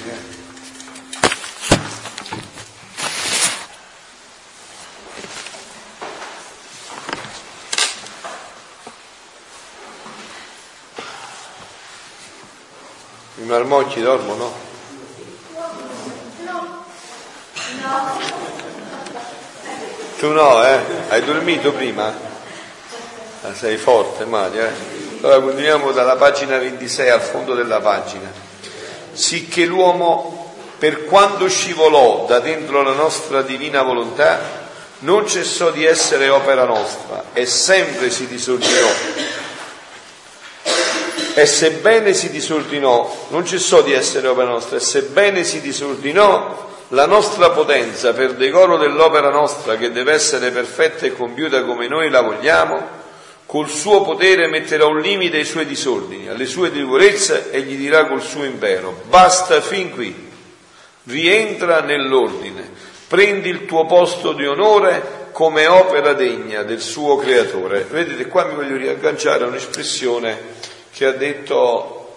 I marmocchi dormono? No. Tu no, Hai dormito prima? Sei forte, Mario, Allora continuiamo dalla pagina 26 al fondo della pagina. Sicché l'uomo, per quando scivolò da dentro la nostra divina volontà, non cessò di essere opera nostra e sempre si disordinò. E sebbene si disordinò, non cessò di essere opera nostra, e sebbene si disordinò, la nostra potenza, per decoro dell'opera nostra, che deve essere perfetta e compiuta come noi la vogliamo, col suo potere metterà un limite ai suoi disordini, alle sue debolezze, e gli dirà col suo impero: basta fin qui, rientra nell'ordine, prendi il tuo posto di onore come opera degna del suo creatore. Vedete, qua mi voglio riagganciare a un'espressione che ha detto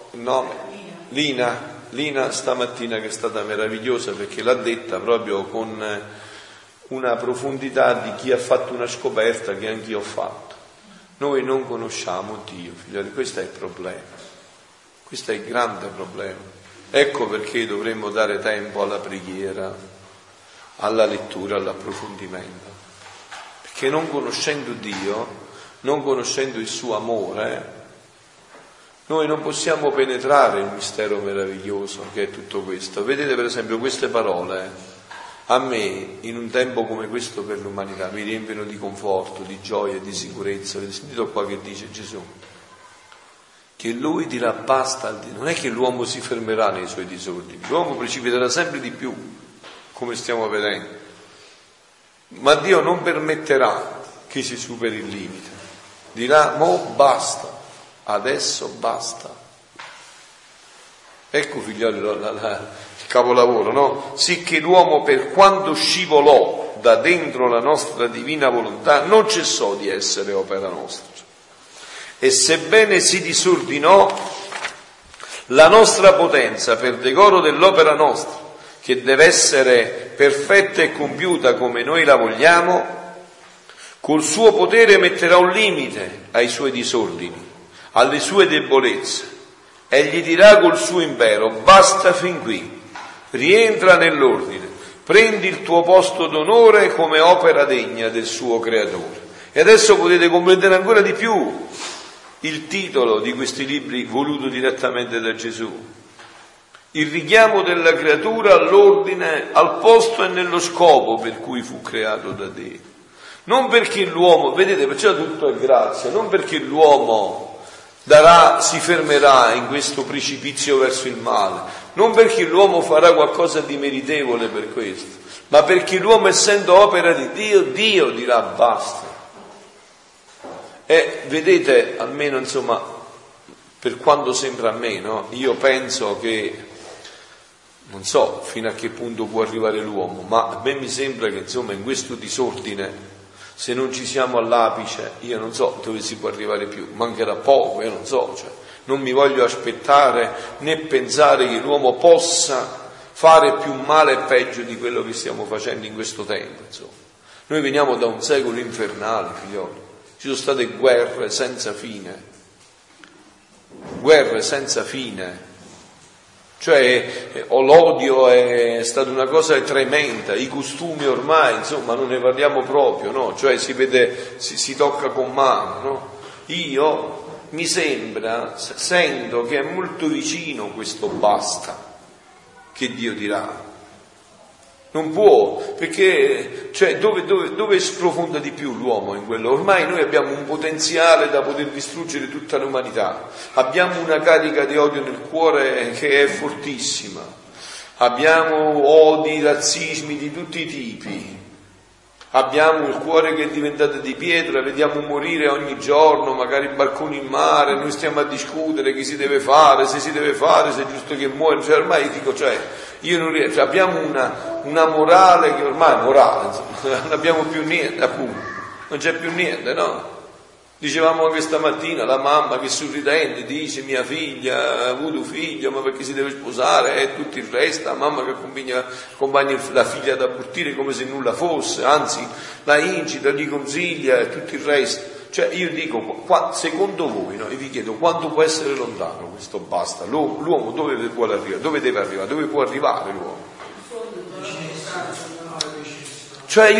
Lina stamattina, che è stata meravigliosa, perché l'ha detta proprio con una profondità di chi ha fatto una scoperta che anch'io ho fatto. Noi non conosciamo Dio, figlioli, questo è il problema, questo è il grande problema. Ecco perché dovremmo dare tempo alla preghiera, alla lettura, all'approfondimento, perché non conoscendo Dio, non conoscendo il suo amore, noi non possiamo penetrare il mistero meraviglioso che è tutto questo. Vedete, per esempio, queste parole a me, in un tempo come questo per l'umanità, mi riempiono di conforto, di gioia, di sicurezza. Avete sentito qua che dice Gesù? Che lui dirà basta. Non è che l'uomo si fermerà nei suoi disordini, l'uomo precipiterà sempre di più, come stiamo vedendo, ma Dio non permetterà che si superi il limite. Dirà: mo basta, adesso basta. Ecco, figlioli, il capolavoro, no? Sicché l'uomo, per quando scivolò da dentro la nostra divina volontà, non cessò di essere opera nostra. E sebbene si disordinò, la nostra potenza, per decoro dell'opera nostra, che deve essere perfetta e compiuta come noi la vogliamo, col suo potere metterà un limite ai suoi disordini, alle sue debolezze, e gli dirà col suo impero: basta fin qui, rientra nell'ordine, prendi il tuo posto d'onore come opera degna del suo creatore. E adesso potete comprendere ancora di più il titolo di questi libri voluto direttamente da Gesù: il richiamo della creatura all'ordine, al posto e nello scopo per cui fu creato da te. Non perché l'uomo, vedete, perciò tutto è grazia, non perché l'uomo si fermerà in questo precipizio verso il male, non perché l'uomo farà qualcosa di meritevole per questo, ma perché l'uomo, essendo opera di Dio, Dio dirà basta. E vedete, almeno insomma, per quanto sembra a me, no? Io penso che, non so fino a che punto può arrivare l'uomo, ma a me mi sembra che insomma in questo disordine, se non ci siamo all'apice, io non so dove si può arrivare più, mancherà poco, io non so, non mi voglio aspettare né pensare che l'uomo possa fare più male e peggio di quello che stiamo facendo in questo tempo, insomma. Noi veniamo da un secolo infernale, figlioli, ci sono state guerre senza fine, cioè l'odio è stata una cosa tremenda, i costumi ormai, insomma, non ne parliamo proprio, no? Cioè si vede, si tocca con mano, no? Io mi sembra, sento che è molto vicino questo basta che Dio dirà. Non può, perché dove sprofonda di più l'uomo in quello? Ormai noi abbiamo un potenziale da poter distruggere tutta l'umanità, abbiamo una carica di odio nel cuore che è fortissima, abbiamo odi, razzismi di tutti i tipi, abbiamo il cuore che è diventato di pietra, vediamo morire ogni giorno, magari barconi in mare, noi stiamo a discutere chi si deve fare, se si deve fare, se è giusto che muore, ormai dico, io non riesco, abbiamo una morale che ormai è morale, insomma, non abbiamo più niente, appunto, non c'è più niente, no? Dicevamo questa mattina, la mamma che sorridente dice: mia figlia ha avuto figlio, ma perché si deve sposare, e tutto il resto, la mamma che accompagna la figlia ad abortire come se nulla fosse, anzi la incita, gli consiglia e tutto il resto. Cioè io dico, secondo voi, no? E vi chiedo, quanto può essere lontano questo basta? L'uomo dove vuole arrivare? Dove deve arrivare? Dove può arrivare l'uomo? Cioè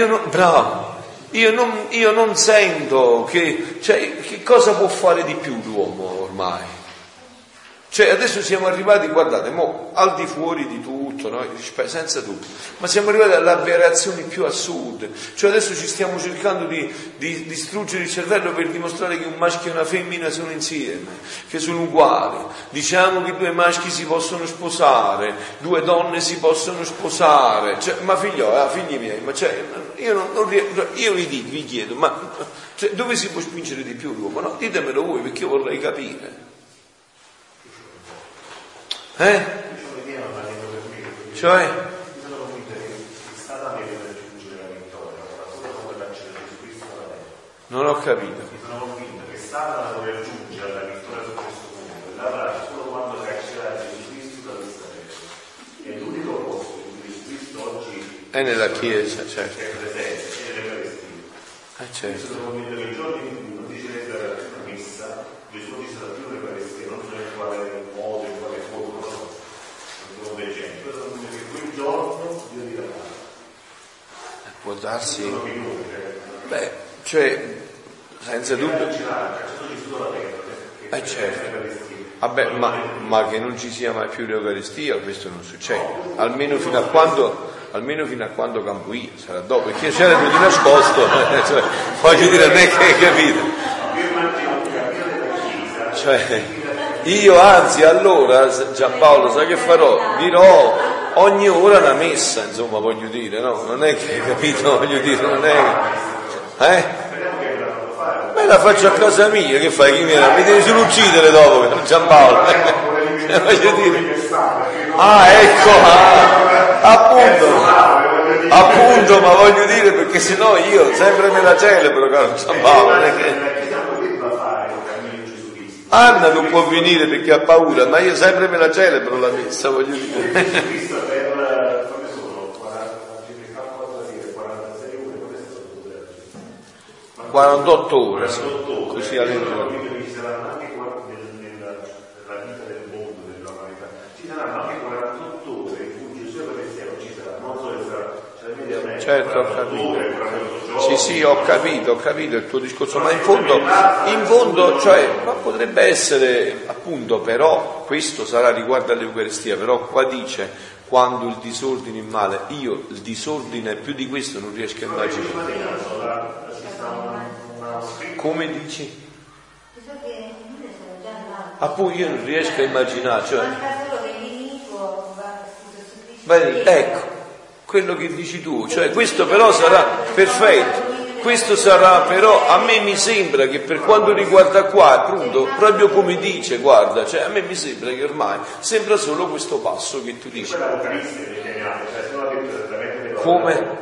io non sento che cosa può fare di più l'uomo ormai. Cioè adesso siamo arrivati, guardate, al di fuori di tutto, no? Senza dubbio, ma siamo arrivati alle aberrazioni più assurde. Cioè adesso ci stiamo cercando di distruggere il cervello per dimostrare che un maschio e una femmina sono insieme, che sono uguali. Diciamo che 2 maschi si possono sposare, 2 donne si possono sposare. Cioè, ma figli miei, ma cioè, io vi chiedo, ma cioè, dove si può spingere di più l'uomo? No, ditemelo voi, perché io vorrei capire. Cioè? Sono convinto che Satana deve raggiungere la vittoria, soprattutto con l'accedere su Cristo alla terra. Non ho capito. Sono convinto che Satana deve raggiungere la vittoria su questo mondo e l'avrà solo quando caccerà Gesù Cristo da questa terra. È l'unico posto in cui Gesù Cristo oggi è nella Chiesa, certo. È presente, è nell'Eucaristia. Certo. Sono convinto che il giorno in cui non si celebra la messa, Gesù non ci sarà più l'Eucaristia, non so in quale modo, in quale forma, no. Non sono decenti. Però sono convinto che quel giorno Dio dirà. Può darsi. Beh, cioè, senza dubbio. Certo. Vabbè, ma che non ci sia mai più l'Eucaristia, questo non succede. Almeno fino a quando campo io, sarà dopo, perché celebro di nascosto, cioè, voglio dire, non è che hai capito. Cioè, io anzi allora, Giampaolo, sai che farò? Dirò ogni ora una messa, insomma, voglio dire, no? Non è che, capito, voglio dire, non è che... Beh, la faccio a casa mia, che fai? Mi devi solo uccidere dopo, Giampaolo. Voglio dire. Ecco, appunto, ma voglio dire, perché sennò io sempre me la celebro, caro Giampaolo. Anna non può venire perché ha paura, ma io sempre me la celebro la messa, voglio dire. 48 ore, sì. Così all'interno. Ci saranno anche nella vita del mondo, dell'umanità, ci saranno anche 48 ore in cui Gesù non ci sarà, non solo sarà, certo, ho capito. Sì, ho capito il tuo discorso, ma in fondo, cioè, ma potrebbe essere, appunto, però, questo sarà riguardo all'Eucaristia, però qua dice, quando il disordine è male, io il disordine più di questo non riesco a immaginare. Come dici? Appunto io non riesco a immaginare, cioè... Beh, ecco, quello che dici tu, cioè questo però sarà perfetto, questo sarà però, a me mi sembra che per quanto riguarda qua, appunto, proprio come dice, guarda, cioè a me mi sembra che ormai sembra solo questo passo che tu dici. Come?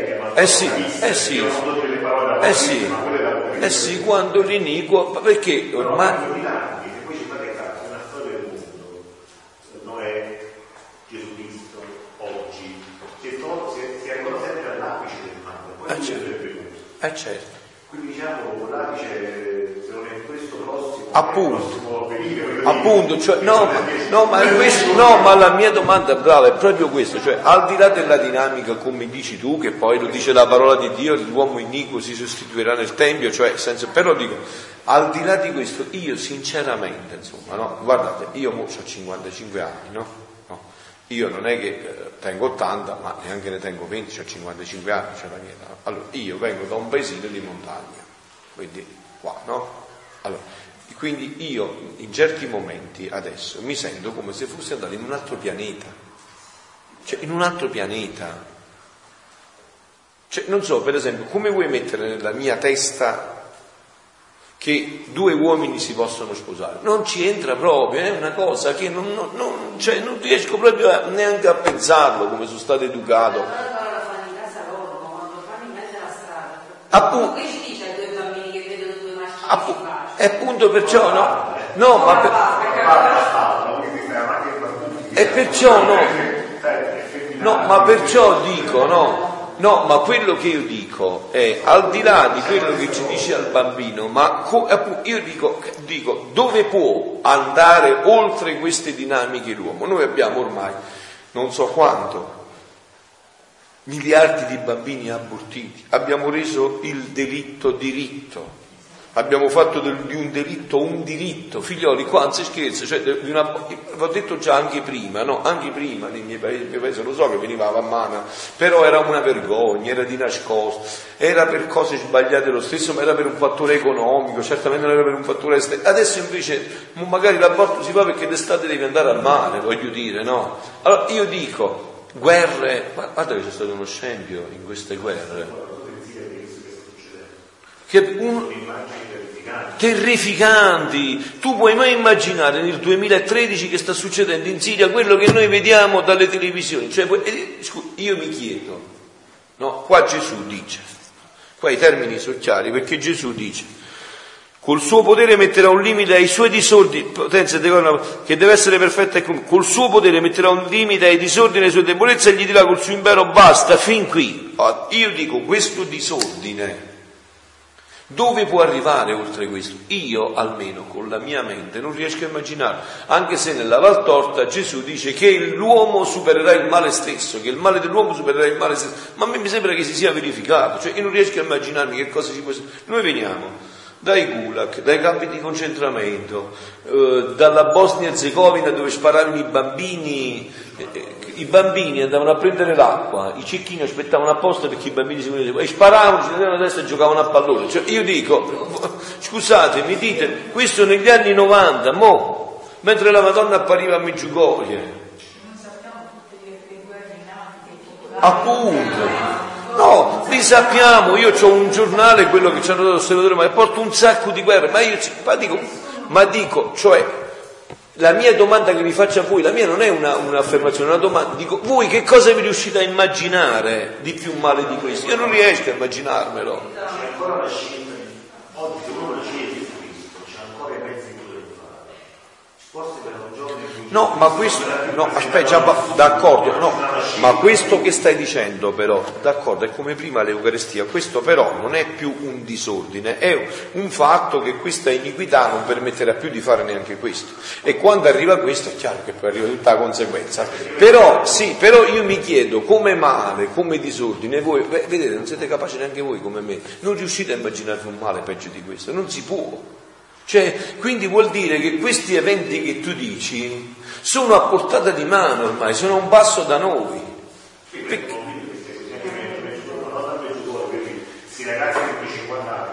Sì, quando l'iniquo, perché ormai... Poi ci fate caso, una storia del mondo, non è Gesù Cristo oggi, si è ancora sempre all'apice del male, poi certo. Quindi diciamo l'apice, se non è questo prossimo, appunto, cioè, ma la mia domanda brava è proprio questo, cioè al di là della dinamica come dici tu, che poi lo dice la parola di Dio, l'uomo iniquo si sostituirà nel tempio, cioè però dico, al di là di questo, io sinceramente, insomma, no, guardate, io ho 55 anni, no? Io non è che tengo 80, ma neanche ne tengo 20, ho 55 anni, c'è la mia età. Allora, io vengo da un paesino di montagna, quindi qua, no? Allora, quindi io in certi momenti adesso mi sento come se fossi andato in un altro pianeta, cioè in un altro pianeta. Cioè, non so, per esempio, come vuoi mettere nella mia testa che 2 uomini si possono sposare? Non ci entra proprio, è una cosa che non riesco proprio neanche a pensarlo, come sono stato educato. appunto perciò no, e perciò ma perciò dico no, ma quello che io dico è al di là di quello che ci dice al bambino, ma io dico dove può andare oltre queste dinamiche l'uomo? Noi abbiamo ormai non so quanto miliardi di bambini abortiti, abbiamo reso il delitto diritto, abbiamo fatto di un delitto un diritto, figlioli, qua non si scherza, cioè l'ho detto già anche prima, no? Anche prima nei miei paesi, lo so che veniva a mano, però era una vergogna, era di nascosto, era per cose sbagliate lo stesso, ma era per un fattore economico, certamente non era per un fattore estetico. Adesso invece magari l'aborto si fa perché d'estate devi andare al mare, voglio dire, no? Allora io dico, guerre, guarda che c'è stato uno scempio in queste guerre terrificanti. Tu puoi mai immaginare nel 2013 che sta succedendo in Siria quello che noi vediamo dalle televisioni? Cioè, io mi chiedo, no? Qua Gesù dice, qua i termini sono chiari, perché Gesù dice col suo potere metterà un limite ai suoi disordini, potenza che deve essere perfetta, e col suo potere metterà un limite ai disordini e alle sue debolezze e gli dirà col suo impero basta, fin qui. Io dico, questo disordine dove può arrivare oltre questo? Io almeno con la mia mente non riesco a immaginare, anche se nella Valtorta Gesù dice che l'uomo supererà il male stesso, che il male dell'uomo supererà il male stesso, ma a me mi sembra che si sia verificato, cioè io non riesco a immaginarmi che cosa si può. Noi veniamo dai gulag, dai campi di concentramento, dalla Bosnia Erzegovina dove sparavano i bambini andavano a prendere l'acqua, i cecchini aspettavano apposta perché i bambini si muovevano e sparavano, si tenevano a destra e giocavano a pallone. Cioè io dico, scusate, mi dite, questo negli anni 90, mentre la Madonna appariva a Meggiugorie. Non sappiamo tutte le guerre in atto. Appunto. No, li sappiamo, io ho un giornale, quello che ci hanno dato l'osservatore, ma porto un sacco di guerre, ma dico, cioè, la mia domanda che vi faccio a voi, la mia non è un'affermazione, è una domanda, dico, voi che cosa vi riuscite a immaginare di più male di questo? Io non riesco a immaginarmelo. C'è ancora la scelta, oggi uno la sceglie di Cristo, c'è ancora i mezzi di poter fare. Forse per un giorno no, ma questo, no, aspetta, d'accordo, no, ma questo che stai dicendo però, d'accordo, è come prima l'Eucaristia, questo però non è più un disordine, è un fatto che questa iniquità non permetterà più di fare neanche questo, e quando arriva questo è chiaro che poi arriva tutta la conseguenza, però io mi chiedo come male, come disordine, voi, vedete, non siete capaci neanche voi come me, non riuscite a immaginare un male peggio di questo, non si può. Cioè, quindi vuol dire che questi eventi che tu dici sono a portata di mano ormai, sono a un passo da noi. Questi ragazzi di 50 anni,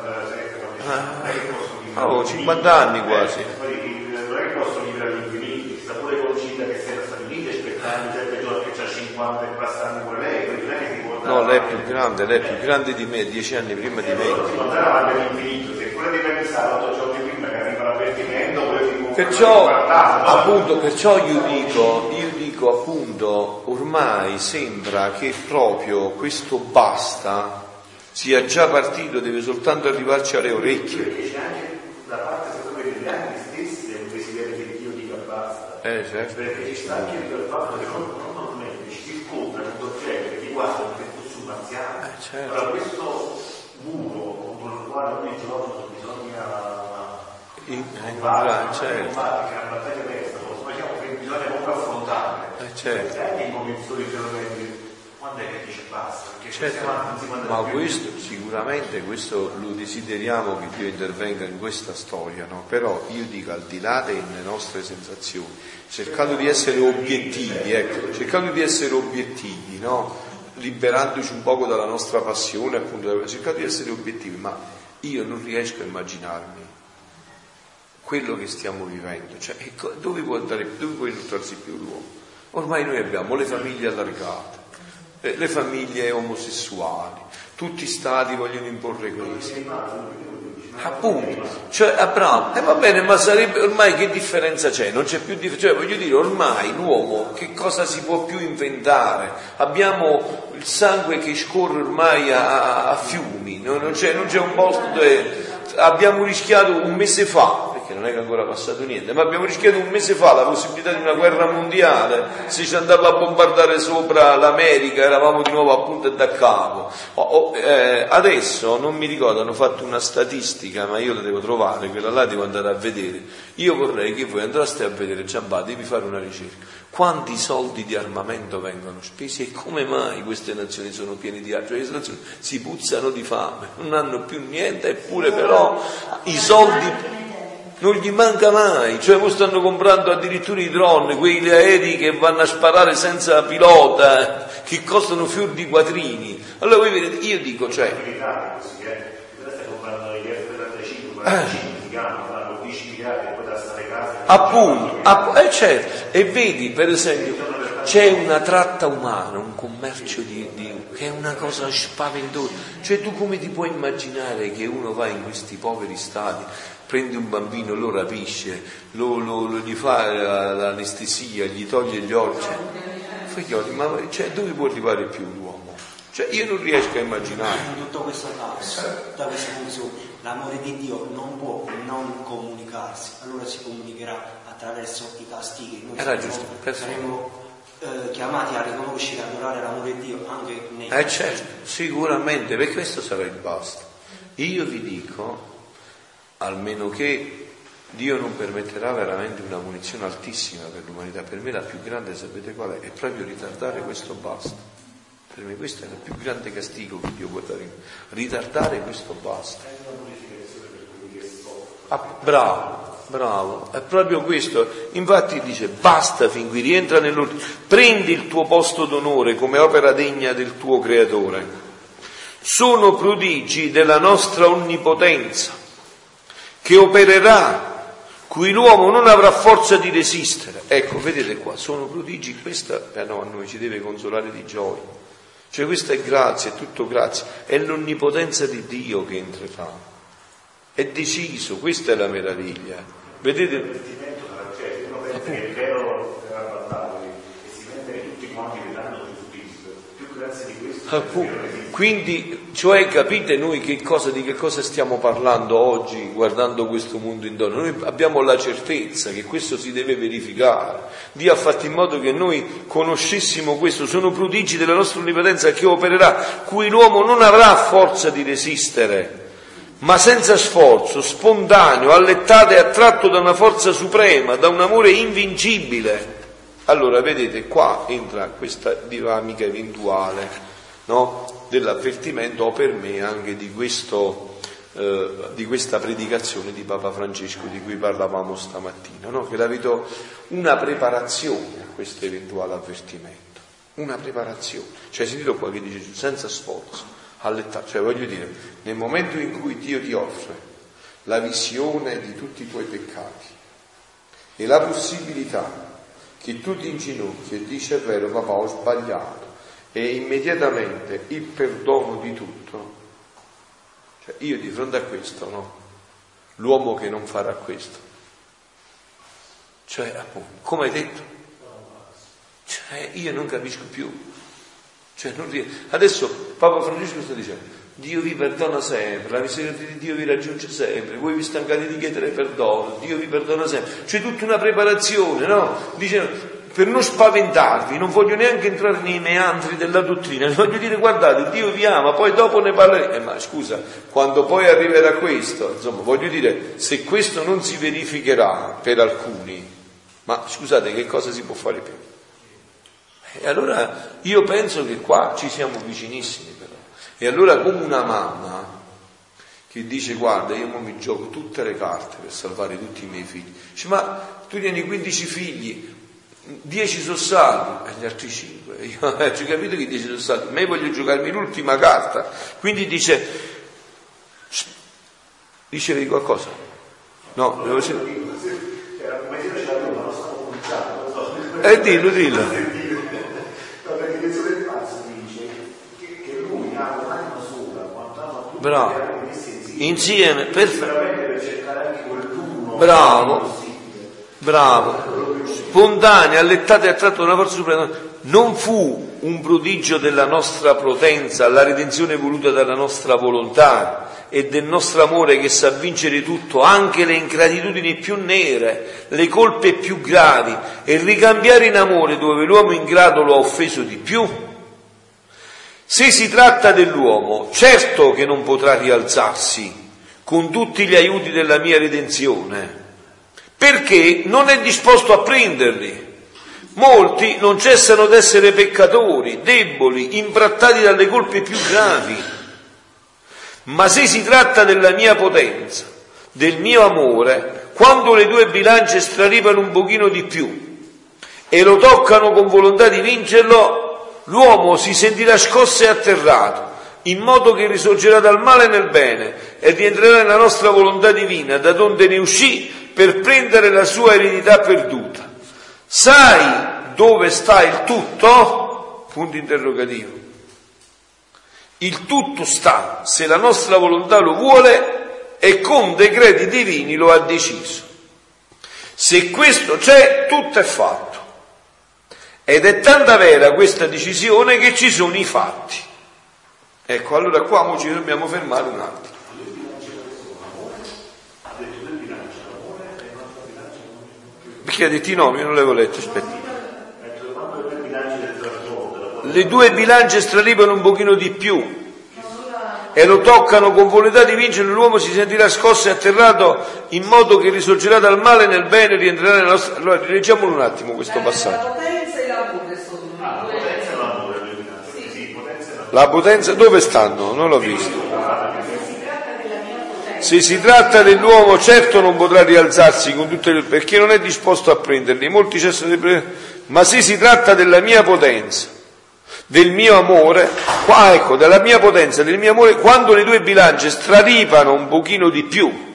47, 50 anni quasi. Non è che possono vivere all'infinito, sta pure Concita che si era stabilita aspettando certi giorni che c'ha 50 e passando con lei, quindi non è che si può. No, lei è più grande di me, 10 anni prima di me. Si può andare avanti all'infinito, se quello di pensare 8 giorni prima che arriva l'avvertimento, perciò io dico appunto, ormai sembra che proprio questo basta sia già partito, deve soltanto arrivarci alle orecchie. Perché c'è anche da parte secondo me degli anni stessi un desiderio che Dio dica basta. Certo. Perché ci sta anche il fatto che non ci incontra un oggetto che riguarda un percorso marziale. Certo. Allora questo muro contro il quale ogni giorno bisogna certo. che è una battaglia aperta, facciamo che bisogna comunque affrontarle. Certo. Anche in convinzioni quando è che dice basta? Certo. Ma questo sicuramente lo desideriamo che Dio intervenga in questa storia, no? Però io dico, al di là delle nostre sensazioni, cercando di essere obiettivi, no? Liberandoci un poco dalla nostra passione, appunto, cercando di essere obiettivi, ma io non riesco a immaginarmi quello che stiamo vivendo, cioè dove può inoltrarsi più l'uomo? Ormai noi abbiamo le famiglie allargate, le famiglie omosessuali, tutti i stati vogliono imporre questo, appunto, cioè Abramo, va bene, ma sarebbe ormai, che differenza c'è? Non c'è più differenza, cioè voglio dire, ormai l'uomo che cosa si può più inventare? Abbiamo il sangue che scorre ormai a fiumi, non c'è un posto dove abbiamo rischiato un mese fa, perché non è che ancora passato niente, ma abbiamo rischiato un mese fa la possibilità di una guerra mondiale, se ci andava a bombardare sopra l'America eravamo di nuovo a punto e da capo. Adesso non mi ricordo, hanno fatto una statistica, ma io la devo trovare, quella là devo andare a vedere. Io vorrei che voi andaste a vedere, Giambà, devi fare una ricerca. Quanti soldi di armamento vengono spesi e come mai queste nazioni sono piene di armi? Cioè, queste nazioni si puzzano di fame, non hanno più niente, eppure però i soldi non gli manca mai. Cioè, voi stanno comprando addirittura i droni, quegli aerei che vanno a sparare senza pilota, che costano fior di quattrini. Allora voi vedete, io dico, cioè... stai comprando gli F-35, si chiamano, 10 miliardi e poi da stare casa. Appunto, certo. E vedi, per esempio, c'è una tratta umana, un commercio che è una cosa spaventosa. Cioè, tu come ti puoi immaginare che uno va in questi poveri stati, prende un bambino, lo rapisce, gli fa l'anestesia, gli toglie gli occhi? Figlioli, ma cioè, dove può arrivare più l'uomo? Cioè, io non riesco a immaginare. Tutto questo caos, tutta questa funzione, l'amore di Dio non può non comunicarsi, allora si comunicherà attraverso i castighi. Noi saremo chiamati a riconoscere e adorare l'amore di Dio anche nei certo, sicuramente, perché questo sarà il basta. Io vi dico, almeno che Dio non permetterà veramente una punizione altissima per l'umanità, per me la più grande, sapete qual è? È proprio ritardare questo basta. Per me questo è il più grande castigo che Dio può dare, ritardare questo basta. Bravo, è proprio questo. Infatti dice, basta fin qui, rientra nell'ordine, prendi il tuo posto d'onore come opera degna del tuo creatore. Sono prodigi della nostra onnipotenza, che opererà, cui l'uomo non avrà forza di resistere. Ecco, vedete qua, sono prodigi, questa no, a noi ci deve consolare di gioia. Cioè questa è grazia, è tutto grazia, è l'onnipotenza di Dio che entrerà, è deciso, questa è la meraviglia, vedete? Uno pensa che è vero della battaglia e si mette tutti quanti vedranno Gesù Cristo, più grazie di questo. Quindi, cioè, capite noi di che cosa stiamo parlando oggi guardando questo mondo intorno? Noi abbiamo la certezza che questo si deve verificare. Dio ha fatto in modo che noi conoscessimo questo. Sono prodigi della nostra onnipotenza che opererà, cui l'uomo non avrà forza di resistere, ma senza sforzo, spontaneo, allettato e attratto da una forza suprema, da un amore invincibile. Allora, vedete, qua entra questa dinamica eventuale, no? Dell'avvertimento, o per me anche di questa predicazione di Papa Francesco di cui parlavamo stamattina, no? Che la vedo una preparazione a questo eventuale avvertimento, una preparazione. Cioè, sentito qua che dice senza sforzo, allettato, cioè voglio dire, nel momento in cui Dio ti offre la visione di tutti i tuoi peccati e la possibilità che tu ti inginocchi e dici è vero papà, ho sbagliato, e immediatamente il perdono di tutto, cioè io di fronte a questo, no? L'uomo che non farà questo, cioè appunto, come hai detto, cioè io non capisco più, cioè non riesco. Adesso Papa Francesco sta dicendo Dio vi perdona sempre, la misericordia di Dio vi raggiunge sempre, voi vi stancate di chiedere perdono, Dio vi perdona sempre, c'è tutta una preparazione, no? Dice, per non spaventarvi, non voglio neanche entrare nei meandri della dottrina, voglio dire, guardate, Dio vi ama, poi dopo ne parleremo. Ma scusa, quando poi arriverà questo, insomma, voglio dire, se questo non si verificherà per alcuni, ma scusate, che cosa si può fare più? E allora io penso che qua ci siamo vicinissimi però. E allora come una mamma che dice guarda, io mi gioco tutte le carte per salvare tutti i miei figli, dice ma tu tieni 15 figli, 10 sono salvi e gli altri 5. Io ho capito che 10 sono salvi, ma io voglio giocarmi l'ultima carta. Quindi dicevi qualcosa? No, devo dire. Dillo. Perché il Gesù del Pazzo dice che lui ha un'anima sola, quanto ama tutti bravo. Insieme, perfetto, per cercare anche quell'uno. Bravo, spontaneo, allettato e attratto da una forza suprema. Non fu un prodigio della nostra potenza, la redenzione voluta dalla nostra volontà, e del nostro amore che sa vincere tutto, anche le ingratitudini più nere, le colpe più gravi, e ricambiare in amore dove l'uomo ingrato lo ha offeso di più? Se si tratta dell'uomo, certo che non potrà rialzarsi con tutti gli aiuti della mia redenzione, perché non è disposto a prenderli. Molti non cessano d'essere peccatori, deboli, imbrattati dalle colpe più gravi. Ma se si tratta della mia potenza, del mio amore, quando le due bilance straripano un pochino di più e lo toccano con volontà di vincerlo, l'uomo si sentirà scosso e atterrato, in modo che risorgerà dal male nel bene e rientrerà nella nostra volontà divina, da donde ne uscì per prendere la sua eredità perduta. Sai dove sta il tutto? Punto interrogativo. Il tutto sta, se la nostra volontà lo vuole e con decreti divini lo ha deciso. Se questo c'è, tutto è fatto. Ed è tanta vera questa decisione che ci sono i fatti. Ecco, allora qua ci dobbiamo fermare un attimo. Perché ha detto i nomi? Non l'avevo letto, aspetta. Le due bilance straripano un pochino di più e lo toccano con volontà di vincere, l'uomo si sentirà scosso e atterrato, in modo che risorgerà dal male nel bene e rientrerà nella nostra... Allora, leggiamolo un attimo questo passaggio. La potenza e l'amore sono. La potenza dove stanno? Non l'ho visto. Se si tratta dell'uomo, certo non potrà rialzarsi con tutte le... perché non è disposto a prenderli. Molti cessano di... Ma se si tratta della mia potenza, del mio amore, qua ecco, della mia potenza, del mio amore, quando le due bilance straripano un pochino di più,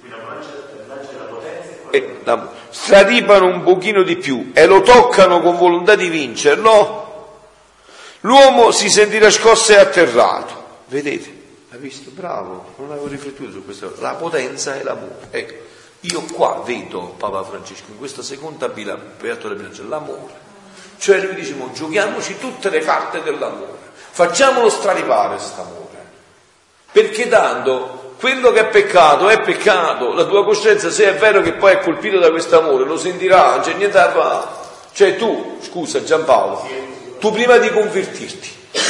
straripano un pochino di più e lo toccano con volontà di vincerlo, l'uomo si sentirà scosso e atterrato. Vedete? Hai visto? Bravo, non avevo riflettuto su questo. La potenza e l'amore. Ecco, io qua vedo Papa Francesco in questa seconda beato della bilancia l'amore. Cioè lui dice, giochiamoci tutte le carte dell'amore, facciamolo straripare quest'amore, perché tanto quello che è peccato, la tua coscienza, se è vero che poi è colpito da quest'amore, lo sentirà, non c'è niente da fare. Cioè tu, scusa Giampaolo, tu prima di convertirti,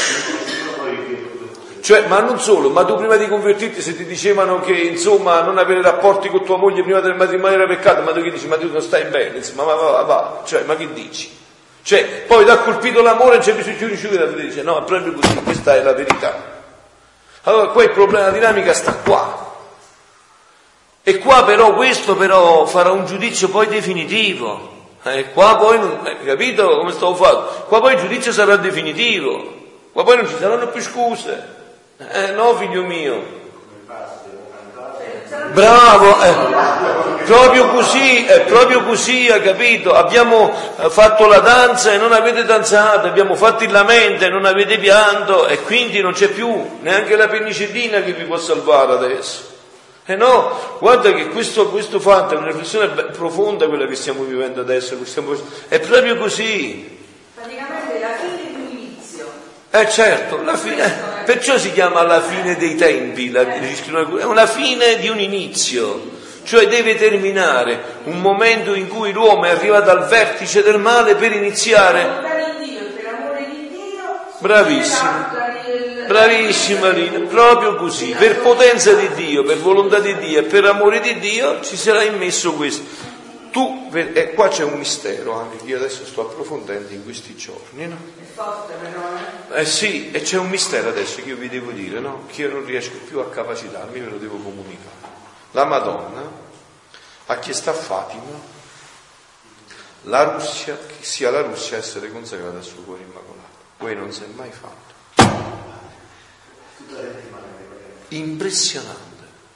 cioè, ma non solo, ma tu prima di convertirti, se ti dicevano che insomma non avere rapporti con tua moglie prima del matrimonio era peccato, ma tu che dici, ma tu non stai bene, insomma, va, cioè, ma che dici? Cioè, poi ti ha colpito l'amore, non c'è bisogno di riuscire, dice, no, è proprio così, questa è la verità. Allora, qua il problema, la dinamica sta qua. E qua questo farà un giudizio poi definitivo. Qua poi, capito come stavo facendo? Qua poi il giudizio sarà definitivo. Qua poi non ci saranno più scuse. No, figlio mio. Bravo, proprio così, ha capito? Abbiamo fatto la danza e non avete danzato, abbiamo fatto il lamento e non avete pianto, e quindi non c'è più neanche la penicillina che vi può salvare adesso. No, guarda che questo fatto è una riflessione profonda, quella che stiamo vivendo adesso, è proprio così. Praticamente la fine di un inizio. Certo, la fine, perciò si chiama la fine dei tempi, è una fine di un inizio, cioè deve terminare un momento in cui l'uomo è arrivato al vertice del male per iniziare. Per amore di Dio, bravissima Lina, proprio così, per potenza di Dio, per volontà di Dio e per amore di Dio ci sarà immesso questo. Qua c'è un mistero anche che io adesso sto approfondendo in questi giorni, no? È forte però, sì, e c'è un mistero adesso che io vi devo dire, no? Che io non riesco più a capacitarmi, ve lo devo comunicare. La Madonna ha chiesto a Fatima la Russia, che sia la Russia a essere consacrata al suo cuore immacolato. Voi non si è mai fatto. Impressionante.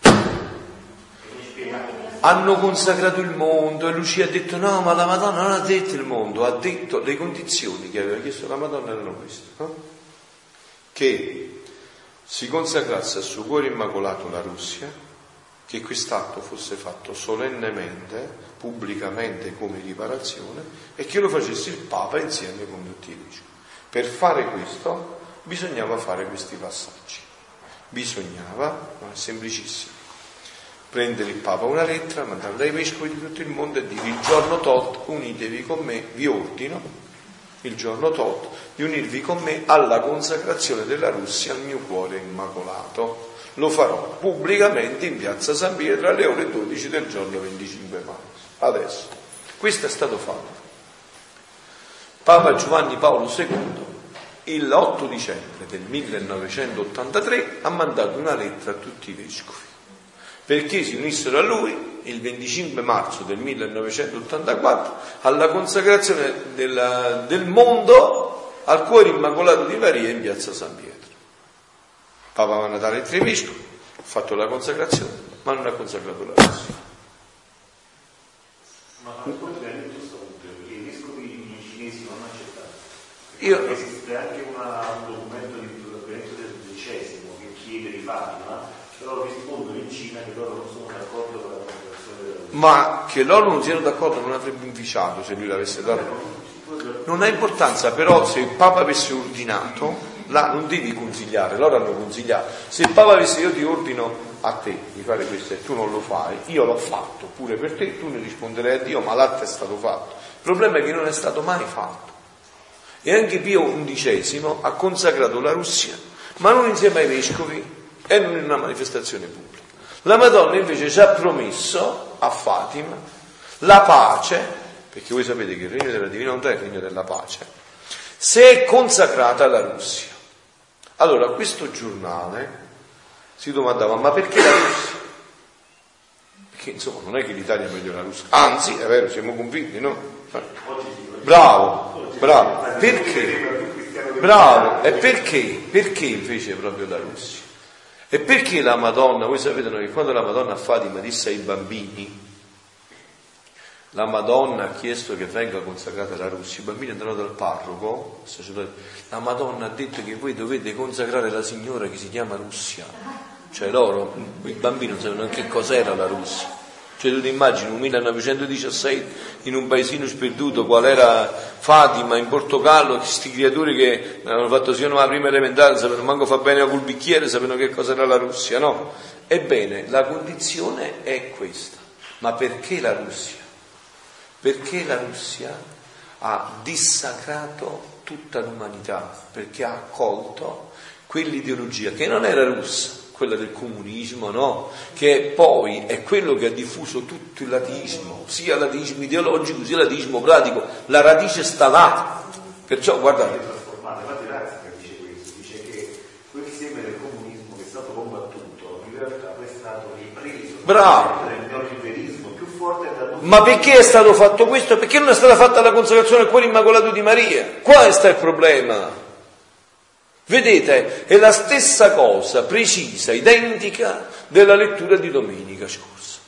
Hanno consacrato il mondo e Lucia ha detto no, ma la Madonna non ha detto il mondo, ha detto le condizioni che aveva chiesto la Madonna erano queste, no? Che si consacrasse al suo cuore immacolato la Russia, che quest'atto fosse fatto solennemente, pubblicamente come riparazione, e che lo facesse il Papa insieme con tutti i vescovi. Per fare questo bisognava fare questi passaggi. bisognava, ma è semplicissimo, prendere il Papa una lettera, mandarla dai vescovi di tutto il mondo e dire: il giorno tot unitevi con me, vi ordino il giorno tot di unirvi con me alla consacrazione della Russia al mio cuore immacolato. Lo farò pubblicamente in piazza San Pietro alle ore 12 del giorno 25 marzo. Adesso, questo è stato fatto. Papa Giovanni Paolo II, il 8 dicembre del 1983, ha mandato una lettera a tutti i vescovi perché si unissero a lui il 25 marzo del 1984 alla consacrazione del mondo al cuore immacolato di Maria in piazza San Pietro. Papa va a Natale ai vescovi, ha fatto la consacrazione, ma non ha consacrato la Russia. Ma ascolti bene questo punto, perché i vescovi cinesi non hanno accettato. Esiste anche un documento di Benedetto XVI che chiede di Fatima, però rispondono in Cina che loro non sono d'accordo con la consacrazione della Russia. Ma che loro non siano d'accordo non avrebbe inficiato se lui l'avesse dato. Non ha importanza, però se il Papa avesse ordinato, là non devi consigliare, loro hanno consigliato. Se il Papa avesse: io ti ordino a te di fare questo e tu non lo fai, io l'ho fatto pure per te, tu ne risponderai a Dio, ma l'atto è stato fatto. Il problema è che non è stato mai fatto. E anche Pio XI ha consacrato la Russia, ma non insieme ai vescovi e non in una manifestazione pubblica. La Madonna invece ci ha promesso a Fatima la pace, perché voi sapete che il regno della Divina Volontà è il regno della pace, se è consacrata alla Russia. Allora questo giornale si domandava: ma perché la Russia? Perché insomma non è che l'Italia è meglio della Russia, anzi è vero, siamo convinti, no? Bravo, perché? Bravo, e perché invece proprio la Russia? E perché la Madonna, voi sapete che quando la Madonna a Fatima disse ai bambini, la Madonna ha chiesto che venga consacrata la Russia, i bambini andarono dal parroco, la Madonna ha detto che voi dovete consacrare la signora che si chiama Russia. Cioè loro, i bambini non sapevano che cos'era la Russia. Cioè tu ti immagini un 1917 in un paesino sperduto qual era Fatima in Portogallo, questi creature che hanno fatto sia una prima elementare, non sapevano manco fa bene col bicchiere, sapevano che cos'era la Russia, no? Ebbene, la condizione è questa. Ma perché la Russia? Perché la Russia ha dissacrato tutta l'umanità, perché ha accolto quell'ideologia che non era russa, quella del comunismo, no? Che poi è quello che ha diffuso tutto l'ateismo, sia l'ateismo ideologico sia l'ateismo pratico. La radice sta là. Perciò guardate. Infatti Ratzinger dice questo, dice che quel seme del comunismo che è stato combattuto in realtà poi è stato ripreso. Bravo. Nel neoliberismo più forte da tutti. Ma perché è stato fatto questo? Perché non è stata fatta la consacrazione al cuore immacolato di Maria? Qua sta il problema. Vedete, è la stessa cosa, precisa, identica della lettura di domenica scorsa,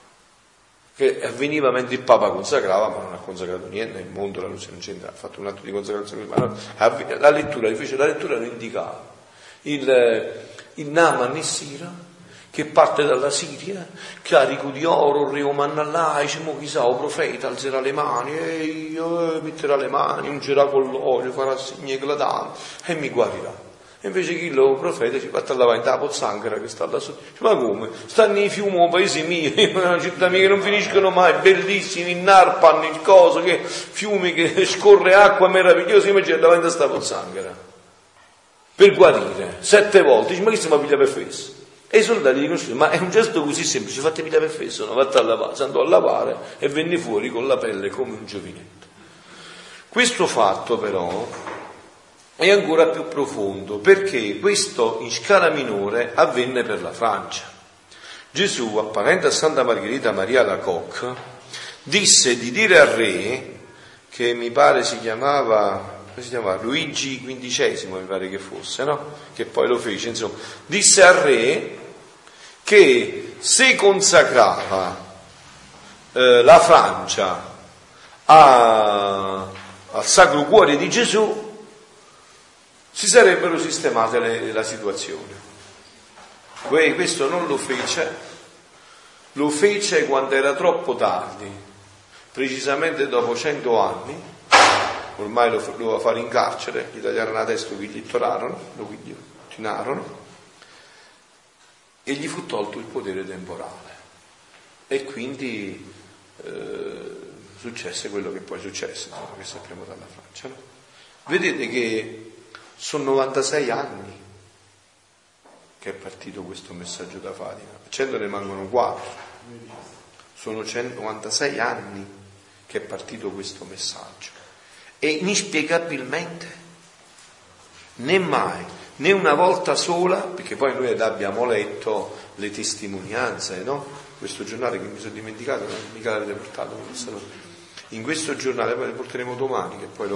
che avveniva mentre il Papa consacrava, ma non ha consacrato niente, nel mondo la Russia non c'entra, ha fatto un atto di consacrazione, ma no, la lettura lo indicava, il Naaman e Sira, che parte dalla Siria, carico di oro, il re Omannallà, dice: mo chissà, o profeta alzerà le mani, e io metterà le mani, ungerà con l'olio, farà segni eclatanti e mi guarirà. E invece chi lo profeta ci va a lavare in tapo Zanghera che sta là sotto. Ma come? Stanno i fiumi, un paese mio, una città mia che non finiscono mai, bellissimi, in Narpan, il coso, che fiumi che scorre acqua meravigliosa, invece davanti a sta Zanghera. Per guarire, 7 volte, dice: ma chi si mi piglia per fesso? E i soldati dicono: ma è un gesto così semplice, fatti pigliare per fesso, no? Vatti a lavare. Si andò a lavare e venne fuori con la pelle come un giovinetto. Questo fatto però è ancora più profondo, perché questo in scala minore avvenne per la Francia. Gesù, apparendo a Santa Margherita Maria Alacoque, disse di dire al re, che mi pare si chiamava Luigi XV, mi pare che fosse, no? Che poi lo fece, insomma, disse al re che se consacrava la Francia al Sacro Cuore di Gesù si sarebbero sistemate la situazione. Questo non lo fece quando era troppo tardi, precisamente dopo 100 anni. Ormai lo doveva fare in carcere, gli tagliarono la testa, lo guillotinarono, e gli fu tolto il potere temporale. E quindi successe quello che poi successe, insomma, che sappiamo dalla Francia. No? Vedete che sono 96 anni che è partito questo messaggio da Fatima, 100 ne mancano 4, sono 196 anni che è partito questo messaggio e inspiegabilmente né mai, né una volta sola, perché poi noi abbiamo letto le testimonianze, no? Questo giornale che mi sono dimenticato, mica l'avete portato, in questo giornale, poi lo porteremo domani, che poi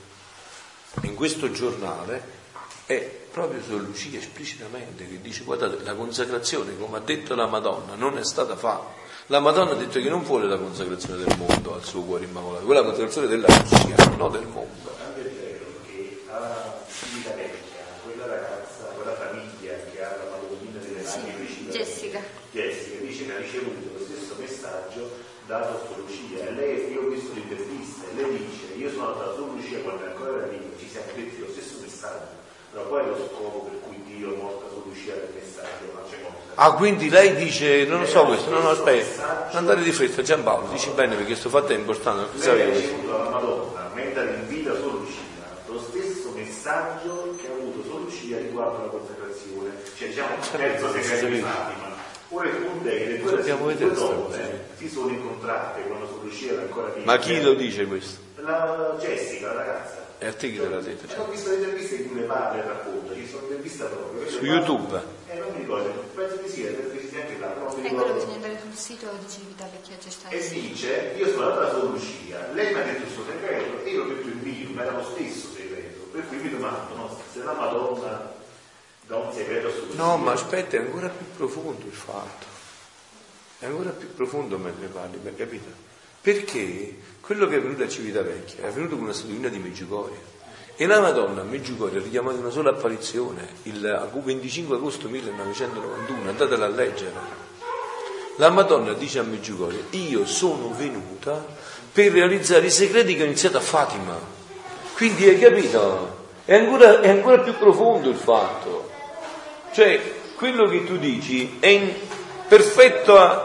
in questo giornale è proprio Sor Lucia esplicitamente che dice: guardate, la consacrazione, come ha detto la Madonna, non è stata fatta. La Madonna ha detto che non vuole la consacrazione del mondo al suo cuore immacolato, vuole la consacrazione della Lucia, non del mondo. Anche è vero che alla Civita Vecchia, quella ragazza, quella famiglia che ha la Madonnina delle Mani vicina, Jessica dice che ha ricevuto lo stesso messaggio dato a Sor Lucia, e lei, io ho visto l'intervista, e lei dice: io sono andata a Sor Lucia quando ancora era viva, ci siamo detti lo stesso messaggio. Però poi lo scopo per cui Dio morta Sor Lucia del messaggio non c'è cosa. Ah, quindi lei dice, non lo so questo, no, aspetta, andare di fretta, Giampaolo, dici bene perché questo fatto è importante, non lei ha ricevuto dalla Madonna, mentre in vita Sor Lucia, lo stesso messaggio che ha avuto Sor Lucia riguardo alla consacrazione, cioè diciamo il terzo segreto di Fatima. Ora le due donne si sono incontrate quando Sor Lucia era ancora viva. Ma chi lo dice questo? La Jessica, la ragazza. E a te chi te l'ha detto? Ho visto le interviste in cui le padre racconta, ci sono interviste proprio. Su YouTube? Non mi ricordo, penso di sì, anche là. È quello, bisogna andare sul sito di Civita Vecchia, c'è stato. E dice: io sono andata da Sor Lucia, lei mi ha detto il suo segreto e io l'ho detto il mio, ma era lo stesso segreto. Per cui mi domando, no, se la Madonna dà un segreto a Sor Lucia. No, ma aspetta, è ancora più profondo il fatto. È ancora più profondo mentre parli, mi hai capito? Perché quello che è avvenuto a Civitavecchia è avvenuto con una statuina di Medjugorje e la Madonna a Medjugorje ha richiamato una sola apparizione il 25 agosto 1991, andatela a leggere. La Madonna dice a Medjugorje: io sono venuta per realizzare i segreti che ho iniziato a Fatima. Quindi hai capito? È ancora più profondo il fatto, cioè quello che tu dici è in perfetta.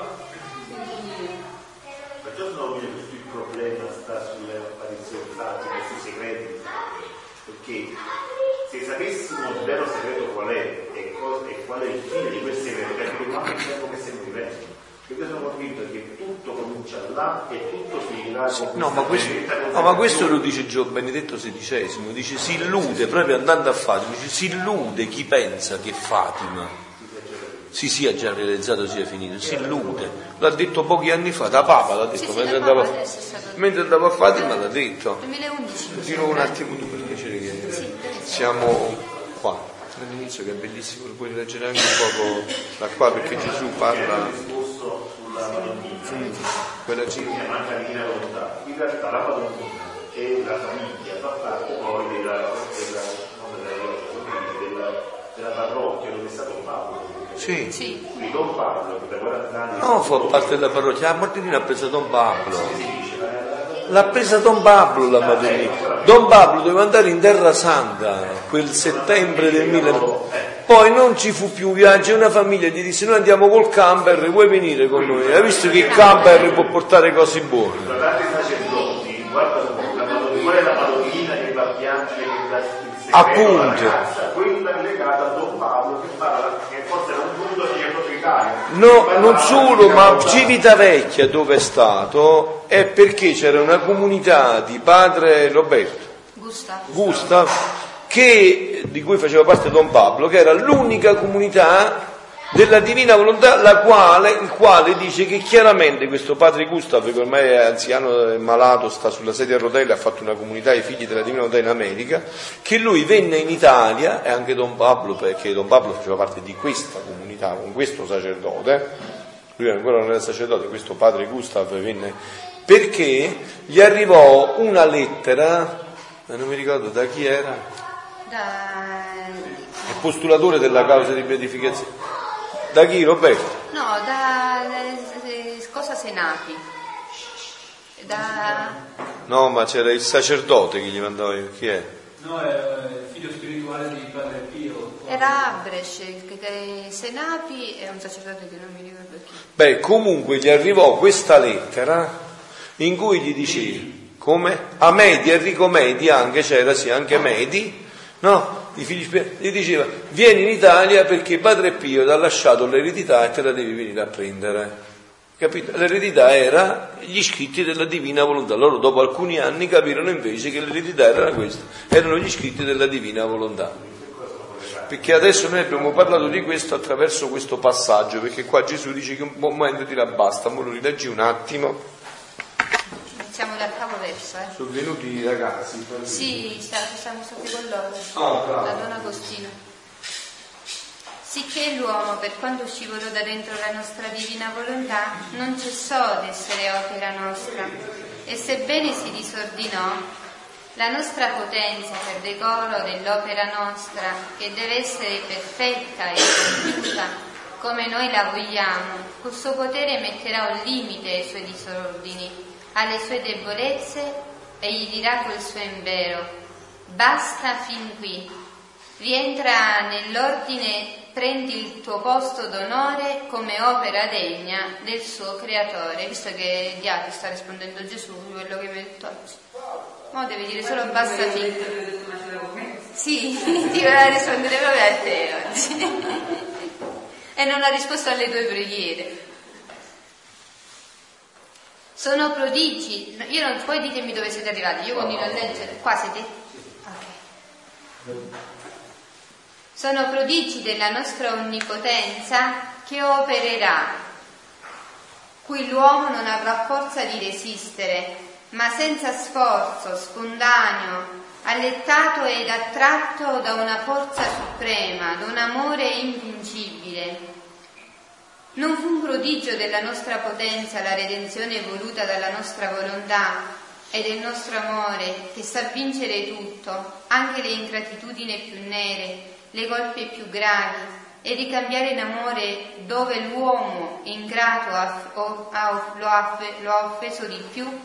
Se sapessimo il vero segreto qual è e qual è il fine di quel segreto, capiremo anche il tempo che stiamo vivendo. Perché io sono convinto che tutto comincia là e tutto finirà. Sì, no, ma questo lo dice Benedetto XVI, dice si illude, proprio andando a Fatima, dice si illude chi pensa che Fatima si sia già realizzato, sia finito, si illude. L'ha detto pochi anni fa, da Papa l'ha detto, sì, mentre andava a Fatima l'ha detto. 2011. Giro un attimo tu per piacere che siamo qua all'inizio, che è bellissimo, lo puoi leggere anche un poco da qua perché Gesù parla quella manca di divina volontà. In realtà la Madonna e la famiglia fa parte poi della parrocchia dove è stato Paolo. Sì. Quindi Don Pablo che da 40 anni no, fa parte della parrocchia. La Madonnina ha preso Don Pablo, l'ha presa Don Pablo la Madonnina. Don Pablo doveva andare in Terra Santa quel settembre del 1000. Poi non ci fu più viaggio e una famiglia gli disse: noi andiamo col camper, vuoi venire con noi? Hai visto che il camper può portare cose buone? Guardate i sacerdoti, guarda qual è la Madonnina che va a piangere, che dà il segreto appunto alla ragazza, quella legata a Don Pablo che forse era un punto di Italia. No, non solo, ma Civitavecchia dove è stato è perché c'era una comunità di padre Roberto Gustav di cui faceva parte Don Pablo, che era l'unica comunità della Divina Volontà, il quale dice che chiaramente questo padre Gustav, che ormai è anziano e malato, sta sulla sedia a rotelle, ha fatto una comunità ai figli della Divina Volontà in America, che lui venne in Italia, e anche Don Pablo, perché Don Pablo faceva parte di questa comunità con questo sacerdote, lui ancora non era sacerdote, questo padre Gustav venne, perché gli arrivò una lettera, non mi ricordo da chi era, il postulatore della causa di beatificazione. Da chi, Roberto? No, da cosa Senati. No, ma c'era il sacerdote che gli mandava. Chi è? No, è il figlio spirituale di Padre Pio. Era Abresh, Senapi e un sacerdote che non mi ricordo chi. Beh, comunque gli arrivò questa lettera in cui gli diceva, come? A Medi, Enrico Medi anche, c'era sì, anche Medi, no? I figli gli diceva, vieni in Italia perché Padre Pio ti ha lasciato l'eredità e te la devi venire a prendere. Capito? L'eredità era gli scritti della divina volontà. Loro dopo alcuni anni capirono invece che l'eredità era questa, erano gli scritti della divina volontà. Perché adesso noi abbiamo parlato di questo attraverso questo passaggio, perché qua Gesù dice che un momento dirà basta, ma lo rileggi un attimo. Iniziamo dal capo verso, Sono venuti i ragazzi. Sì, siamo stati con loro, da Don Agostino. Sicché l'uomo, per quanto scivolò da dentro la nostra divina volontà, non cessò d'essere opera nostra, e sebbene si disordinò, la nostra potenza per decoro dell'opera nostra, che deve essere perfetta e compiuta come noi la vogliamo, col suo potere metterà un limite ai suoi disordini, alle sue debolezze, e gli dirà col suo invero: basta fin qui, rientra nell'ordine, prendi il tuo posto d'onore come opera degna del suo creatore. Visto che il diavolo sta rispondendo Gesù quello che mi ha detto oggi, ma deve dire solo basta fin qui. Sì, ti voleva rispondere proprio a te oggi e non ha risposto alle tue preghiere. Sono prodigi, io non, poi ditemi dove siete arrivati, io continuo a leggere. Qua siete? Ok. Sono prodigi della nostra onnipotenza che opererà, cui l'uomo non avrà forza di resistere, ma senza sforzo, spontaneo, allettato ed attratto da una forza suprema, da un amore invincibile. Non fu un prodigio della nostra potenza la redenzione voluta dalla nostra volontà e del nostro amore, che sa vincere tutto, anche le ingratitudini più nere, le colpe più gravi, e ricambiare in amore dove l'uomo ingrato lo ha offeso di più?